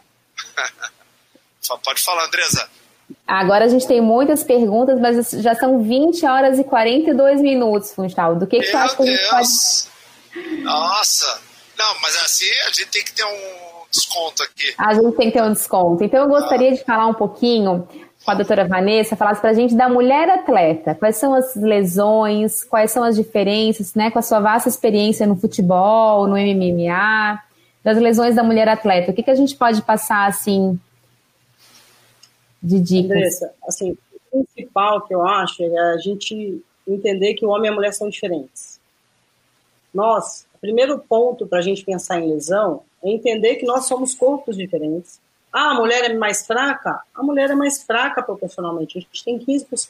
Pode falar, Andressa. Agora a gente tem muitas perguntas, mas já são 20 horas e 42 minutos, Funchal. Do que você acha que a gente pode... Nossa! Não, mas assim a gente tem que ter um desconto aqui. A gente tem que ter um desconto. Então eu gostaria de falar um pouquinho com a doutora Vanessa, falasse pra gente da mulher atleta. Quais são as lesões, quais são as diferenças, né, com a sua vasta experiência no futebol, no MMA, das lesões da mulher atleta. O que a gente pode passar, assim, de dicas? Andressa, assim, o principal que eu acho é a gente entender que o homem e a mulher são diferentes. O primeiro ponto para a gente pensar em lesão é entender que nós somos corpos diferentes. A mulher é mais fraca? A mulher é mais fraca proporcionalmente. A gente tem 15%.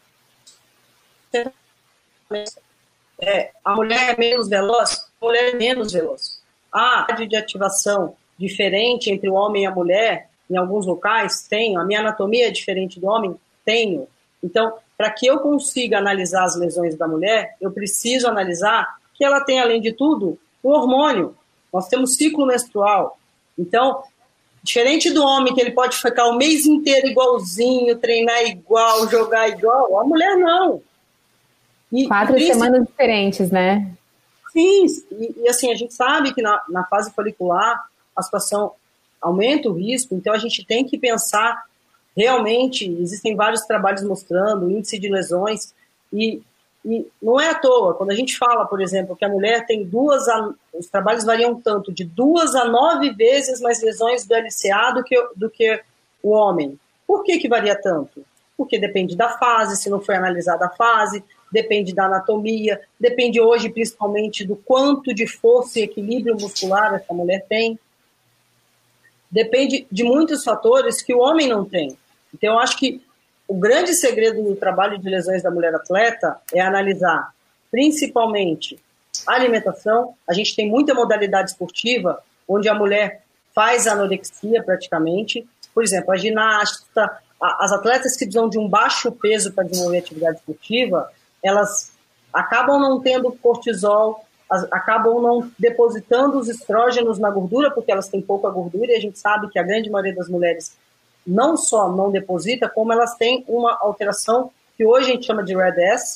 A mulher é menos veloz? A mulher é menos veloz. A área de ativação diferente entre o homem e a mulher, em alguns locais, tenho. A minha anatomia é diferente do homem? Tenho. Então, para que eu consiga analisar as lesões da mulher, eu preciso analisar que ela tem, além de tudo, o hormônio. Nós temos ciclo menstrual. Então, diferente do homem, que ele pode ficar o mês inteiro igualzinho, treinar igual, jogar igual, a mulher não. 4 semanas diferentes, né? Sim, e assim, a gente sabe que na fase folicular a situação aumenta o risco, então a gente tem que pensar realmente, existem vários trabalhos mostrando o índice de lesões, e não é à toa, quando a gente fala, por exemplo, que a mulher tem os trabalhos variam tanto, de 2 a 9 vezes mais lesões do LCA do que o homem. Por que varia tanto? Porque depende da fase, se não foi analisada a fase, depende da anatomia, depende hoje principalmente do quanto de força e equilíbrio muscular essa mulher tem. Depende de muitos fatores que o homem não tem. Então, eu acho que o grande segredo do trabalho de lesões da mulher atleta é analisar, principalmente, a alimentação. A gente tem muita modalidade esportiva onde a mulher faz anorexia praticamente. Por exemplo, a ginasta, as atletas que precisam de um baixo peso para desenvolver atividade esportiva, elas acabam não tendo cortisol, acabam não depositando os estrógenos na gordura, porque elas têm pouca gordura, e a gente sabe que a grande maioria das mulheres não só não deposita, como elas têm uma alteração que hoje a gente chama de RED-S,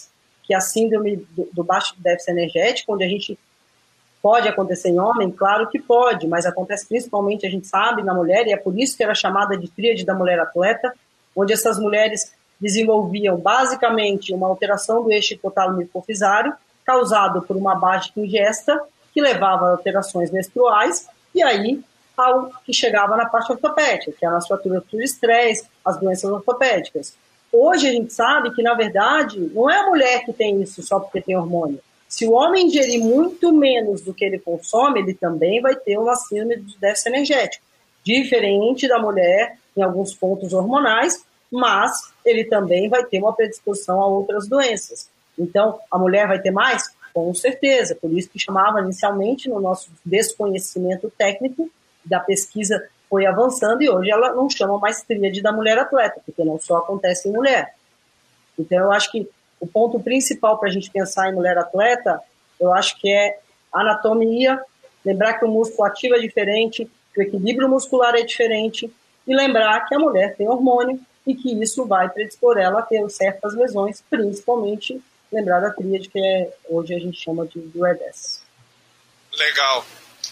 que é a síndrome do baixo déficit energético, onde a gente pode acontecer em homem, claro que pode, mas acontece principalmente, a gente sabe, na mulher, e é por isso que era chamada de tríade da mulher atleta, onde essas mulheres desenvolviam basicamente uma alteração do eixo hipotálamo hipofisário, causado por uma baixa ingesta, que levava a alterações menstruais, e aí ao que chegava na parte ortopédica, que é a fratura por estresse, as doenças ortopédicas. Hoje a gente sabe que, na verdade, não é a mulher que tem isso só porque tem hormônio. Se o homem ingerir muito menos do que ele consome, ele também vai ter uma síndrome de déficit energético. Diferente da mulher em alguns pontos hormonais, mas ele também vai ter uma predisposição a outras doenças. Então, a mulher vai ter mais? Com certeza. Por isso que chamava inicialmente, no nosso desconhecimento técnico, da pesquisa foi avançando e hoje ela não chama mais tríade da mulher atleta, porque não só acontece em mulher. Então, eu acho que o ponto principal para a gente pensar em mulher atleta, eu acho que é anatomia, lembrar que o músculo ativo é diferente, que o equilíbrio muscular é diferente, e lembrar que a mulher tem hormônio e que isso vai predispor ela a ter certas lesões, principalmente lembrar da tríade, que hoje a gente chama de EDS. Legal.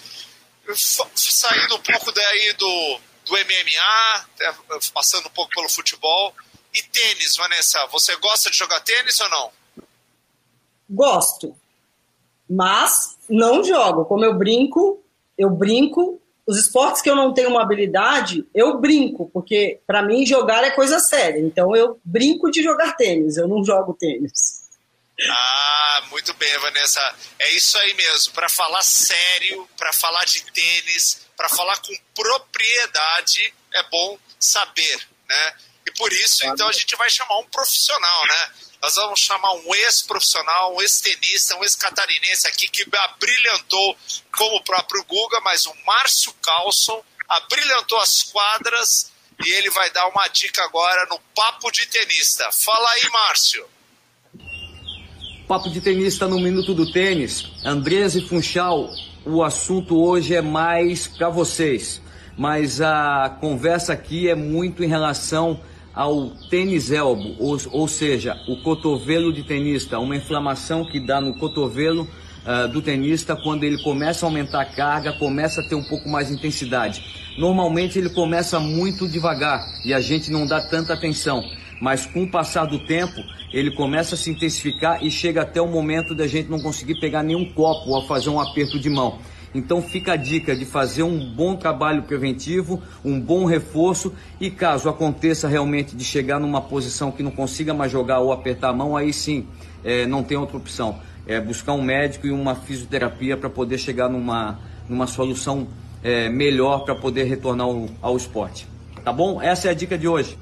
Saindo um pouco daí do MMA, passando um pouco pelo futebol, e tênis, Vanessa, você gosta de jogar tênis ou não? Gosto, mas não jogo. Como eu brinco. Os esportes que eu não tenho uma habilidade, eu brinco, porque para mim jogar é coisa séria. Então eu brinco de jogar tênis, eu não jogo tênis. Ah, muito bem, Vanessa. É isso aí mesmo. Para falar sério, para falar de tênis, para falar com propriedade, é bom saber, né? E por isso, então, a gente vai chamar um profissional, né? Nós vamos chamar um ex-profissional, um ex-tenista, um ex-catarinense aqui que abrilhantou, como o próprio Guga, mas o Márcio Carlson abrilhantou as quadras e ele vai dar uma dica agora no Papo de Tenista. Fala aí, Márcio. Papo de Tenista no Minuto do Tênis. Andresa e Funchal, o assunto hoje é mais para vocês, mas a conversa aqui é muito em relação ao tênis elbow, ou seja, o cotovelo de tenista, uma inflamação que dá no cotovelo do tenista quando ele começa a aumentar a carga, começa a ter um pouco mais de intensidade. Normalmente ele começa muito devagar e a gente não dá tanta atenção, mas com o passar do tempo ele começa a se intensificar e chega até o momento da gente não conseguir pegar nenhum copo ou fazer um aperto de mão. Então fica a dica de fazer um bom trabalho preventivo, um bom reforço e caso aconteça realmente de chegar numa posição que não consiga mais jogar ou apertar a mão, aí sim, não tem outra opção. É buscar um médico e uma fisioterapia para poder chegar numa solução melhor para poder retornar ao esporte. Tá bom? Essa é a dica de hoje.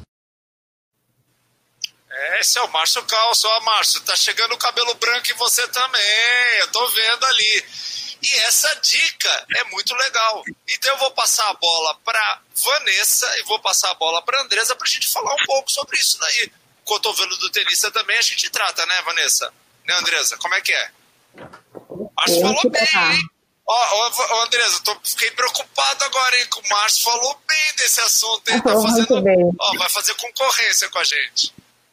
Esse é o Márcio Carlson. Ó, Márcio, tá chegando o cabelo branco em você também, eu tô vendo ali. E essa dica é muito legal. Então eu vou passar a bola para Vanessa e vou passar a bola para Andresa para a gente falar um pouco sobre isso daí. O cotovelo do tenista também a gente trata, né, Vanessa? Né, Andresa? Como é que é? Márcio falou bem, hein? Ó, Andresa, fiquei preocupado agora, hein? Que o Márcio falou bem desse assunto. Ele tá fazendo, vai fazer concorrência com a gente.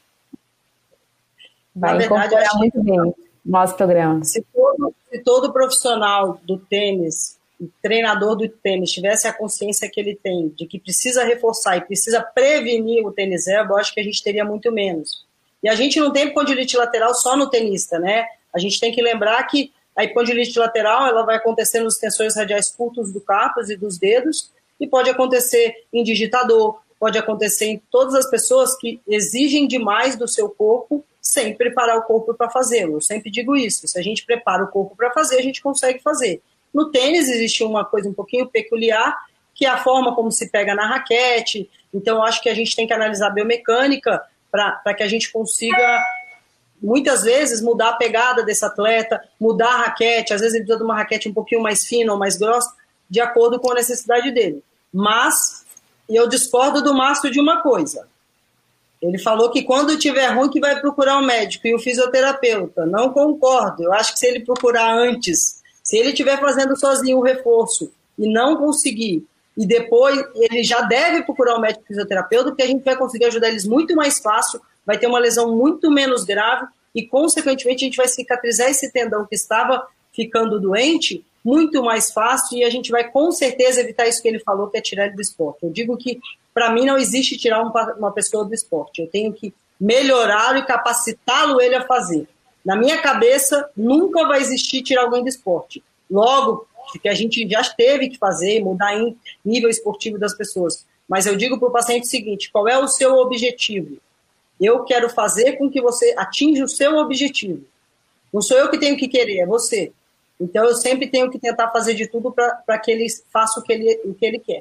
Vai incorporar muito bem nosso programa. Se todo profissional do tênis, treinador do tênis, tivesse a consciência que ele tem de que precisa reforçar e precisa prevenir o tênis elbow, eu acho que a gente teria muito menos. E a gente não tem epicondilite lateral só no tenista, né? A gente tem que lembrar que a epicondilite lateral ela vai acontecer nos tensores radiais curtos do carpus e dos dedos e pode acontecer em digitador, pode acontecer em todas as pessoas que exigem demais do seu corpo sem preparar o corpo para fazê-lo. Eu sempre digo isso, se a gente prepara o corpo para fazer, a gente consegue fazer. No tênis existe uma coisa um pouquinho peculiar, que é a forma como se pega na raquete, então eu acho que a gente tem que analisar a biomecânica para que a gente consiga, muitas vezes, mudar a pegada desse atleta, mudar a raquete, às vezes ele precisa de uma raquete um pouquinho mais fina ou mais grossa, de acordo com a necessidade dele. Mas eu discordo do Márcio de uma coisa. Ele falou que quando tiver ruim que vai procurar um médico e um fisioterapeuta. Não concordo. Eu acho que se ele procurar antes, se ele estiver fazendo sozinho o reforço e não conseguir, e depois ele já deve procurar um médico fisioterapeuta, porque a gente vai conseguir ajudar eles muito mais fácil, vai ter uma lesão muito menos grave e, consequentemente, a gente vai cicatrizar esse tendão que estava ficando doente muito mais fácil, e a gente vai, com certeza, evitar isso que ele falou, que é tirar ele do esporte. Eu digo que, para mim, não existe tirar uma pessoa do esporte. Eu tenho que melhorá-lo e capacitá-lo ele a fazer. Na minha cabeça, nunca vai existir tirar alguém do esporte. Logo, que a gente já teve que fazer, mudar em nível esportivo das pessoas. Mas eu digo para o paciente o seguinte: qual é o seu objetivo? Eu quero fazer com que você atinja o seu objetivo. Não sou eu que tenho que querer, é você. Então eu sempre tenho que tentar fazer de tudo para que ele faça o que ele quer.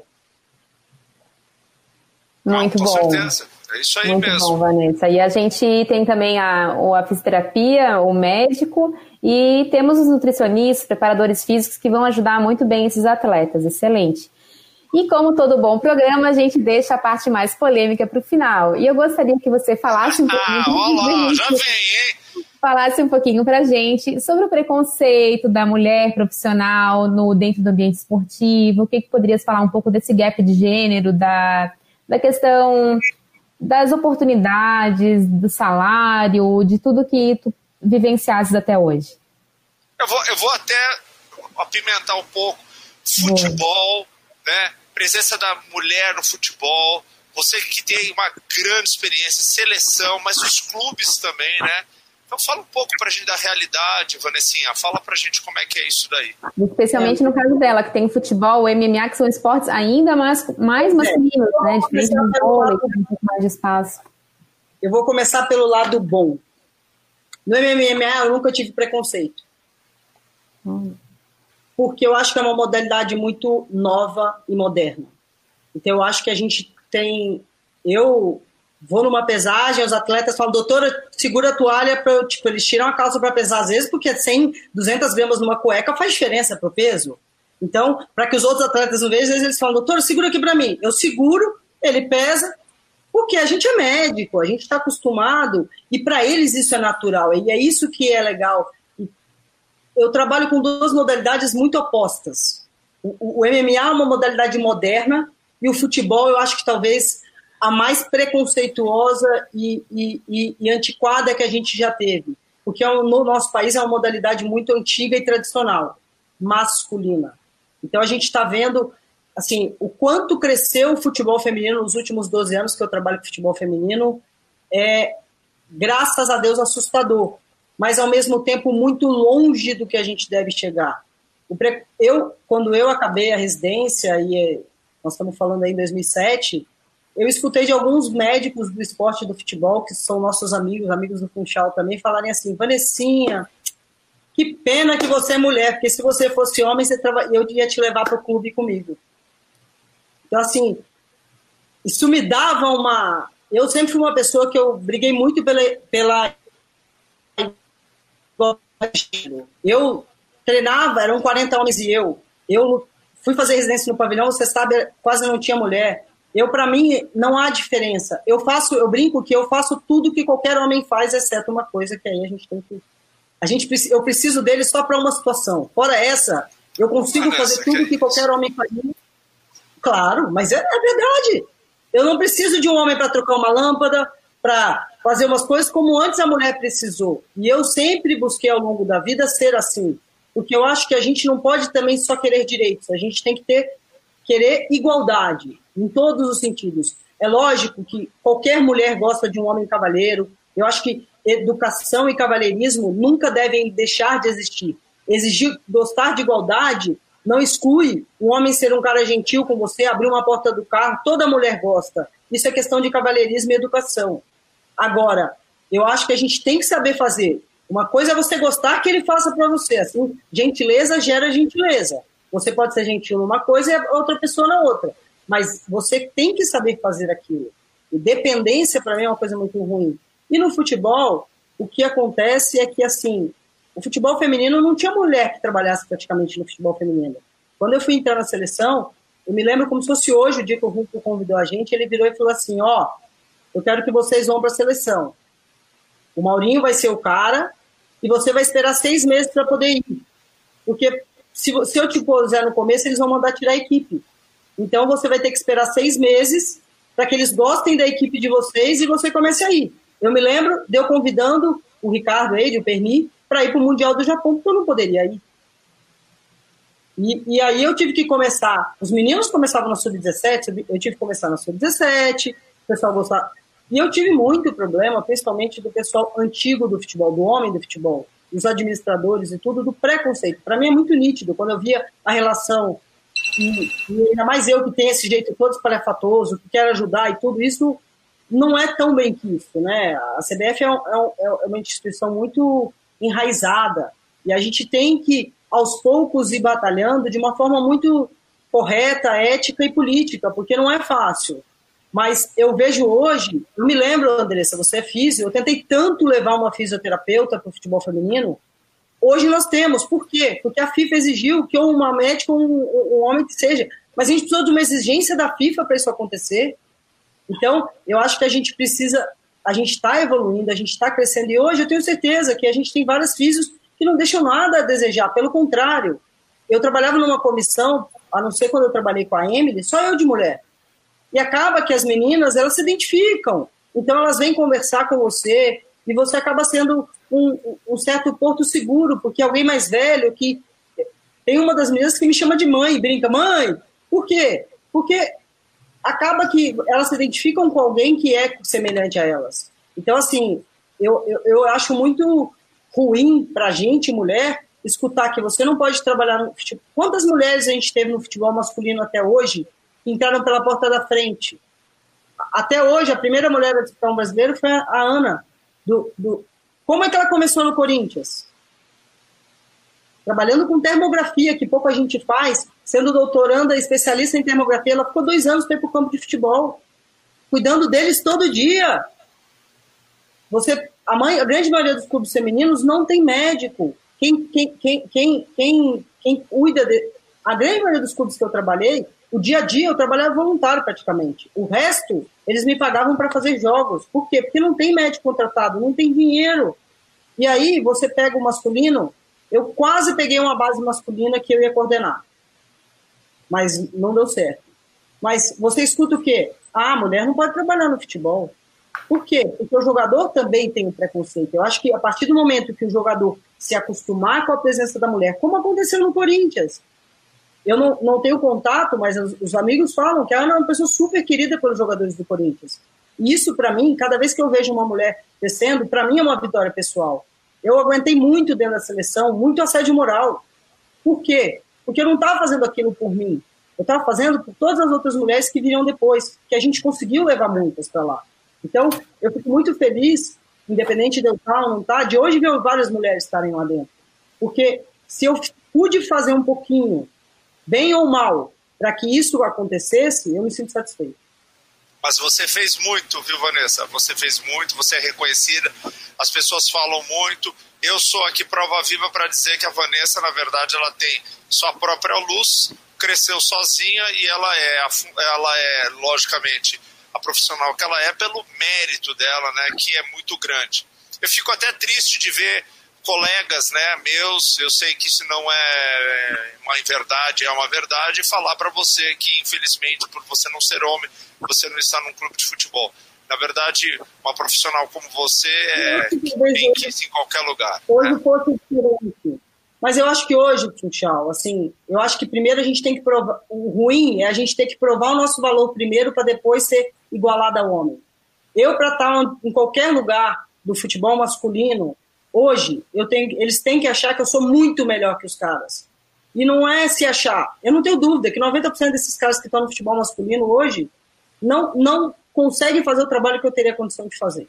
Muito com bom. certeza. É isso aí muito mesmo. Bom, Vanessa. E a gente tem também a fisioterapia, o médico, e temos os nutricionistas, preparadores físicos que vão ajudar muito bem esses atletas. Excelente. E como todo bom programa, a gente deixa a parte mais polêmica para o final. E eu gostaria que você falasse um pouquinho... Olá, já vem, hein? Falasse um pouquinho para a gente sobre o preconceito da mulher profissional dentro do ambiente esportivo. O que poderias falar um pouco desse gap de gênero, da questão das oportunidades, do salário, de tudo que tu vivenciasses até hoje? Eu vou até apimentar um pouco. Futebol, né? Presença da mulher no futebol. Você que tem uma grande experiência, seleção, mas os clubes também, né? Então fala um pouco pra gente da realidade, Vanessinha. Fala pra gente como é que é isso daí. Especialmente no caso dela, que tem futebol, o MMA, que são esportes ainda mais masculinos, né? Diferente do vôlei, que tem um pouco mais de espaço. Eu vou começar pelo lado bom. No MMA eu nunca tive preconceito. Porque eu acho que é uma modalidade muito nova e moderna. Então eu acho que a gente tem... Eu vou numa pesagem, os atletas falam: doutora, segura a toalha para eu... Tipo, eles tiram a calça para pesar às vezes, porque 100, 200 gramas numa cueca faz diferença pro peso. Então, para que os outros atletas não vejam, às vezes eles falam: doutora, segura aqui para mim. Eu seguro, ele pesa, porque a gente é médico, a gente está acostumado, e para eles isso é natural, e é isso que é legal. Eu trabalho com duas modalidades muito opostas. O MMA é uma modalidade moderna, e o futebol eu acho que talvez a mais preconceituosa e antiquada que a gente já teve. Porque no nosso país é uma modalidade muito antiga e tradicional, masculina. Então a gente está vendo assim, o quanto cresceu o futebol feminino nos últimos 12 anos que eu trabalho com futebol feminino. É, graças a Deus, assustador, mas ao mesmo tempo muito longe do que a gente deve chegar. Quando eu acabei a residência, e nós estamos falando aí em 2007, eu escutei de alguns médicos do esporte e do futebol, que são nossos amigos do Funchal também, falarem assim: Vanessinha, que pena que você é mulher, porque se você fosse homem, eu ia te levar para o clube comigo. Então, assim, isso me dava uma... Eu sempre fui uma pessoa que eu briguei muito pela... Eu treinava, eram 40 homens e eu fui fazer residência no pavilhão, você sabe, quase não tinha mulher. Para mim, não há diferença. Eu brinco que eu faço tudo que qualquer homem faz, exceto uma coisa, que aí a gente tem que... eu preciso dele só para uma situação. Fora essa, eu consigo fazer tudo que qualquer homem faz. Claro, mas é verdade. Eu não preciso de um homem para trocar uma lâmpada, para fazer umas coisas como antes a mulher precisou. E eu sempre busquei ao longo da vida ser assim. Porque eu acho que a gente não pode também só querer direitos. A gente tem que querer igualdade, em todos os sentidos. É lógico que qualquer mulher gosta de um homem cavalheiro. Eu acho que educação e cavalheirismo nunca devem deixar de existir. Gostar de igualdade não exclui um homem ser um cara gentil com você, abrir uma porta do carro, toda mulher gosta. Isso é questão de cavalheirismo e educação. Agora, eu acho que a gente tem que saber fazer. Uma coisa é você gostar que ele faça para você. Assim, gentileza gera gentileza. Você pode ser gentil numa coisa e a outra pessoa na outra. Mas você tem que saber fazer aquilo. E dependência, para mim, é uma coisa muito ruim. E no futebol, o que acontece é que, assim, o futebol feminino não tinha mulher que trabalhasse praticamente no futebol feminino. Quando eu fui entrar na seleção, eu me lembro como se fosse hoje, o dia que o Hulk convidou a gente, ele virou e falou assim: eu quero que vocês vão para a seleção. O Maurinho vai ser o cara e você vai esperar 6 meses para poder ir. Porque se eu te puser no começo, eles vão mandar tirar a equipe. Então você vai ter que esperar 6 meses para que eles gostem da equipe de vocês e você comece a ir. Eu me lembro de eu convidando o Ricardo Eide, o Perni, para ir para o Mundial do Japão, porque eu não poderia ir. E aí eu tive que começar, os meninos começavam na Sub-17, eu tive que começar na Sub-17, o pessoal gostava. E eu tive muito problema, principalmente do pessoal antigo do futebol, do homem do futebol, dos administradores e tudo, do preconceito. Para mim é muito nítido, quando eu via a relação, e ainda mais eu que tenho esse jeito todo espalhafatoso, que quero ajudar e tudo, isso não é tão bem quisto, né? A CBF é uma instituição muito enraizada, e a gente tem que, aos poucos, ir batalhando de uma forma muito correta, ética e política, porque não é fácil. Mas eu vejo hoje, eu me lembro, Andressa, você é físio, eu tentei tanto levar uma fisioterapeuta para o futebol feminino, hoje nós temos. Por quê? Porque a FIFA exigiu que ou uma médica ou um homem que seja, mas a gente precisou de uma exigência da FIFA para isso acontecer. Então, eu acho que a gente precisa, a gente está evoluindo, a gente está crescendo, e hoje eu tenho certeza que a gente tem várias físios que não deixam nada a desejar, pelo contrário. Eu trabalhava numa comissão, a não ser quando eu trabalhei com a Emily, só eu de mulher. E acaba que as meninas, elas se identificam. Então elas vêm conversar com você e você acaba sendo um certo porto seguro, porque alguém mais velho que... Tem uma das meninas que me chama de mãe, brinca, mãe, por quê? Porque acaba que elas se identificam com alguém que é semelhante a elas. Então, assim, eu acho muito ruim pra gente, mulher, escutar que você não pode trabalhar no futebol. Quantas mulheres a gente teve no futebol masculino até hoje que entraram pela porta da frente? Até hoje, a primeira mulher a disputar um brasileiro foi a Ana. Como é que ela começou no Corinthians? Trabalhando com termografia, que pouco a gente faz, sendo doutoranda, especialista em termografia, ela ficou 2 anos para ir para o campo de futebol, cuidando deles todo dia. A grande maioria dos clubes femininos não tem médico. Quem cuida a grande maioria dos clubes que eu trabalhei, o dia a dia eu trabalhava voluntário praticamente. O resto, eles me pagavam para fazer jogos. Por quê? Porque não tem médico contratado, não tem dinheiro. E aí você pega o masculino, eu quase peguei uma base masculina que eu ia coordenar. Mas não deu certo. Mas você escuta o quê? Ah, a mulher não pode trabalhar no futebol. Por quê? Porque o jogador também tem um preconceito. Eu acho que a partir do momento que o jogador se acostumar com a presença da mulher, como aconteceu no Corinthians. Eu não tenho contato, mas os amigos falam que a Ana é uma pessoa super querida pelos jogadores do Corinthians. E isso, para mim, cada vez que eu vejo uma mulher descendo, para mim é uma vitória pessoal. Eu aguentei muito dentro da seleção, muito assédio moral. Por quê? Porque eu não estava fazendo aquilo por mim. Eu estava fazendo por todas as outras mulheres que viriam depois, que a gente conseguiu levar muitas para lá. Então, eu fico muito feliz, independente de eu estar ou não estar, de hoje ver várias mulheres estarem lá dentro. Porque se eu pude fazer um pouquinho, bem ou mal, para que isso acontecesse, eu me sinto satisfeito. Mas você fez muito, viu, Vanessa? Você fez muito, você é reconhecida, as pessoas falam muito. Eu sou aqui prova viva para dizer que a Vanessa, na verdade, ela tem sua própria luz, cresceu sozinha e ela é, logicamente, a profissional que ela é pelo mérito dela, né, que é muito grande. Eu fico até triste de ver colegas, né, meus, eu sei que isso não é uma verdade, é uma verdade, falar para você que, infelizmente, por você não ser homem, você não está num clube de futebol. Na verdade, uma profissional como você é bem quis em qualquer lugar. Hoje né? Fosse diferente. Mas eu acho que hoje, Funchal, assim, eu acho que primeiro a gente tem que provar, o ruim é a gente ter que provar o nosso valor primeiro para depois ser igualado ao homem. Eu, para estar em qualquer lugar do futebol masculino, hoje, eles têm que achar que eu sou muito melhor que os caras. E não é se achar. Eu não tenho dúvida que 90% desses caras que estão no futebol masculino hoje não conseguem fazer o trabalho que eu teria condição de fazer.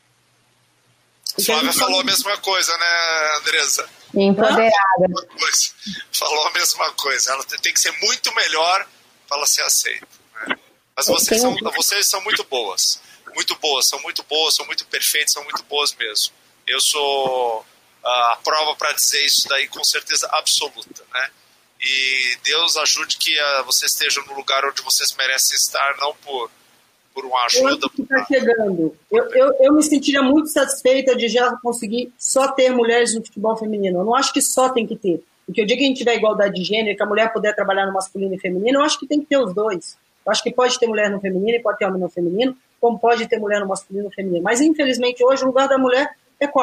Flávia falou a mesma coisa, né, Andressa? Empoderada. Falou a mesma coisa. Ela tem que ser muito melhor para ela ser aceita. Né? Mas vocês são muito boas. Muito boas, são muito perfeitas, são muito boas mesmo. Eu sou a prova para dizer isso daí com certeza absoluta, né? E Deus ajude que vocês estejam no lugar onde vocês merecem estar, não por uma ajuda. Tá chegando. Eu me sentiria muito satisfeita de já conseguir só ter mulheres no futebol feminino. Eu não acho que só tem que ter. Porque o dia que a gente tiver igualdade de gênero, que a mulher puder trabalhar no masculino e feminino, eu acho que tem que ter os dois. Eu acho que pode ter mulher no feminino e pode ter homem no feminino, como pode ter mulher no masculino e no feminino. Mas, infelizmente, hoje o lugar da mulher é qual?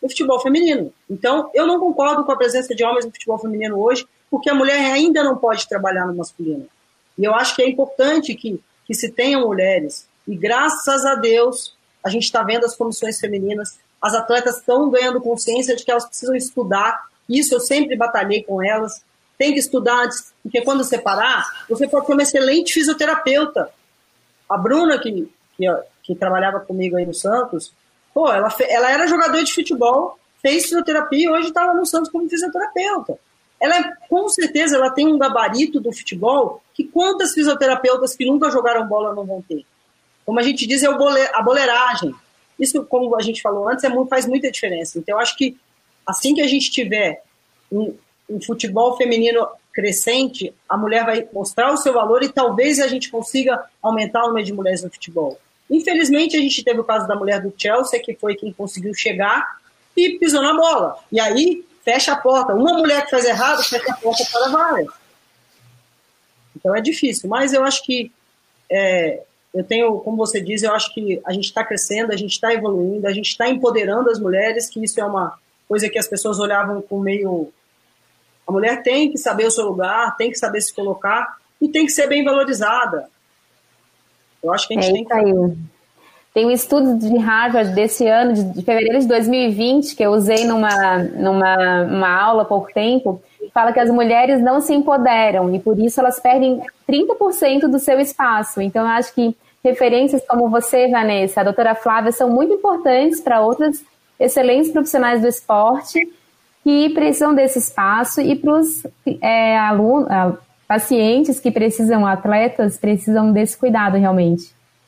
no futebol feminino. Então, eu não concordo com a presença de homens no futebol feminino hoje, porque a mulher ainda não pode trabalhar no masculino. E eu acho que é importante que se tenham mulheres. E graças a Deus, a gente está vendo as comissões femininas, as atletas estão ganhando consciência de que elas precisam estudar. Isso eu sempre batalhei com elas. Tem que estudar antes, porque quando separar, você pode ser uma excelente fisioterapeuta. A Bruna, que trabalhava comigo aí no Santos, pô, ela era jogadora de futebol, fez fisioterapia e hoje está lá no Santos como fisioterapeuta. Ela, com certeza, ela tem um gabarito do futebol que quantas fisioterapeutas que nunca jogaram bola não vão ter. Como a gente diz, é a boleiragem. Isso, como a gente falou antes, faz muita diferença. Então, eu acho que assim que a gente tiver um futebol feminino crescente, a mulher vai mostrar o seu valor e talvez a gente consiga aumentar o número de mulheres no futebol. Infelizmente, a gente teve o caso da mulher do Chelsea, que foi quem conseguiu chegar e pisou na bola. E aí, fecha a porta. Uma mulher que faz errado, fecha a porta para várias. Então é difícil. Mas eu acho que, eu tenho, como você diz, eu acho que a gente está crescendo, a gente está evoluindo, a gente está empoderando as mulheres, que isso é uma coisa que as pessoas olhavam com meio... A mulher tem que saber o seu lugar, tem que saber se colocar e tem que ser bem valorizada. Eu acho que a gente tem que... Aí. Tem um estudo de Harvard desse ano, de fevereiro de 2020, que eu usei numa aula há pouco tempo, que fala que as mulheres não se empoderam e por isso elas perdem 30% do seu espaço. Então, eu acho que referências como você, Vanessa, a doutora Flávia, são muito importantes para outras excelentes profissionais do esporte que precisam desse espaço e para os pacientes que precisam, atletas, precisam desse cuidado realmente.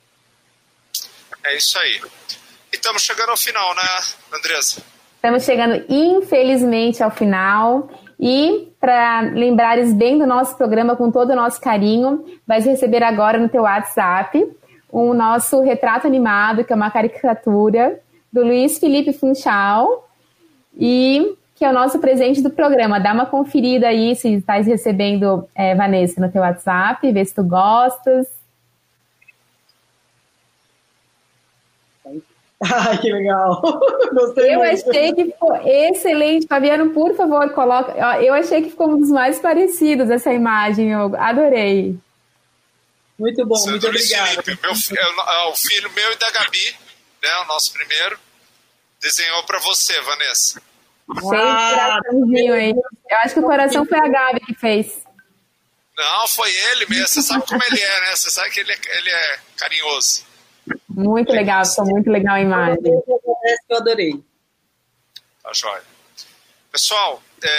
É isso aí. E estamos chegando ao final, né, Andressa? Estamos chegando, infelizmente, ao final. E, para lembrares bem do nosso programa, com todo o nosso carinho, vais receber agora no teu WhatsApp o nosso retrato animado, que é uma caricatura do Luiz Felipe Funchal, e que é o nosso presente do programa. Dá uma conferida aí se estás recebendo, Vanessa, no teu WhatsApp, vê se tu gostas. Ai, que legal. Gostei eu muito. Achei que ficou excelente. Fabiano, por favor, coloca. Eu achei que ficou um dos mais parecidos essa imagem. Eu adorei. Muito bom, muito obrigado. O filho meu e da Gabi, né, o nosso primeiro, desenhou para você, Vanessa. Coraçãozinho aí. Eu acho que o coração foi a Gabi que fez. Não, foi ele mesmo. Você sabe como ele é, né? Você sabe que ele é carinhoso. Muito legal, ficou muito legal a imagem. Eu adorei. Tá jóia. Pessoal,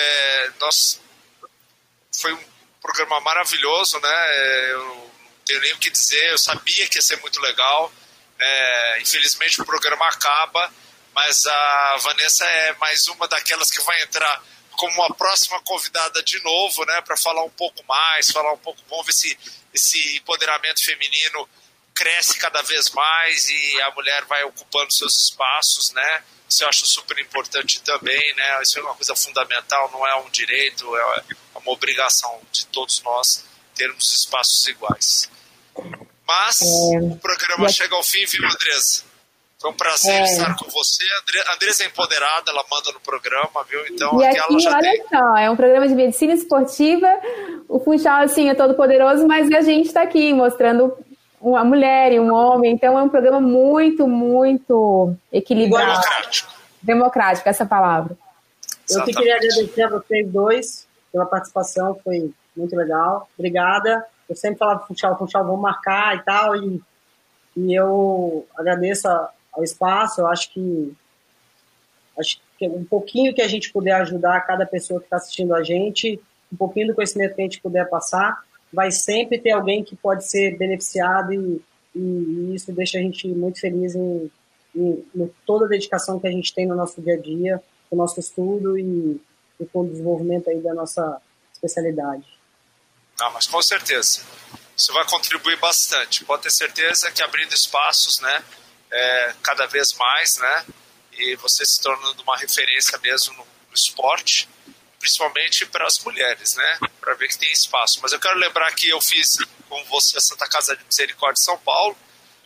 foi um programa maravilhoso, né? Eu não tenho nem o que dizer, eu sabia que ia ser muito legal. Infelizmente o programa acaba, mas a Vanessa é mais uma daquelas que vai entrar como uma próxima convidada de novo, né? Para falar um pouco mais, vamos ver se esse empoderamento feminino cresce cada vez mais e a mulher vai ocupando seus espaços, né? Isso eu acho super importante também, né? Isso é uma coisa fundamental, não é um direito, é uma obrigação de todos nós termos espaços iguais. Mas o programa chega ao fim, viu, Andressa? Foi um prazer estar com você. A Andressa é empoderada, ela manda no programa, viu? Então, e aqui, ela já olha tem. só, é um programa de medicina esportiva, o Funchal, assim, é todo poderoso, mas a gente está aqui mostrando uma mulher e um homem, então é um programa muito, muito equilibrado. Democrático, essa palavra. Eu que queria agradecer a vocês dois pela participação, foi muito legal. Obrigada. Eu sempre falava pro Funchal, vamos marcar e tal, e eu agradeço ao espaço. Eu acho que um pouquinho que a gente puder ajudar cada pessoa que está assistindo a gente, um pouquinho do conhecimento que a gente puder passar, vai sempre ter alguém que pode ser beneficiado e isso deixa a gente muito feliz em toda a dedicação que a gente tem no nosso dia a dia, no nosso estudo e com o desenvolvimento aí da nossa especialidade. Mas com certeza. Isso vai contribuir bastante. Pode ter certeza que abrindo espaços, né, cada vez mais, né, e você se tornando uma referência mesmo no esporte, principalmente para as mulheres, né, para ver que tem espaço. Mas eu quero lembrar que eu fiz com você a Santa Casa de Misericórdia de São Paulo,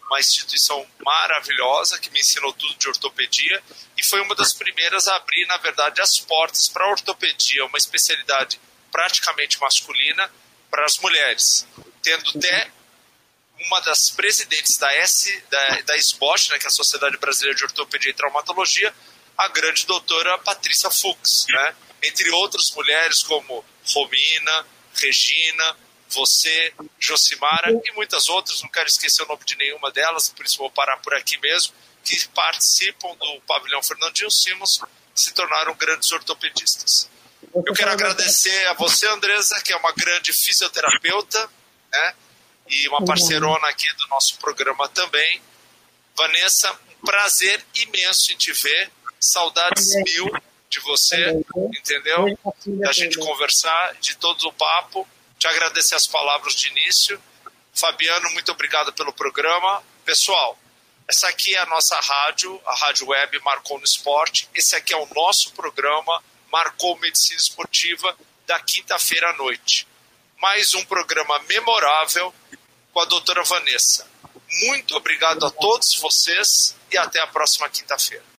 uma instituição maravilhosa que me ensinou tudo de ortopedia e foi uma das primeiras a abrir, na verdade, as portas para a ortopedia, uma especialidade praticamente masculina para as mulheres, tendo até uma das presidentes da SBOT, né, que é a Sociedade Brasileira de Ortopedia e Traumatologia, a grande doutora Patrícia Fux, né, entre outras mulheres como Romina, Regina, você, Josimara e muitas outras, não quero esquecer o nome de nenhuma delas, por isso vou parar por aqui mesmo, que participam do pavilhão Fernandinho Simons e se tornaram grandes ortopedistas. Eu quero agradecer a você, Andresa, que é uma grande fisioterapeuta, né, e uma parceirona aqui do nosso programa também. Vanessa, um prazer imenso em te ver, saudades mil de você, entendeu? Da gente conversar, de todo o papo. Te agradecer as palavras de início. Fabiano, muito obrigado pelo programa. Pessoal, essa aqui é a nossa rádio, a Rádio Web Marcou no Esporte. Esse aqui é o nosso programa Marcou Medicina Esportiva da quinta-feira à noite. Mais um programa memorável com a doutora Vanessa. Muito obrigado a todos vocês e até a próxima quinta-feira.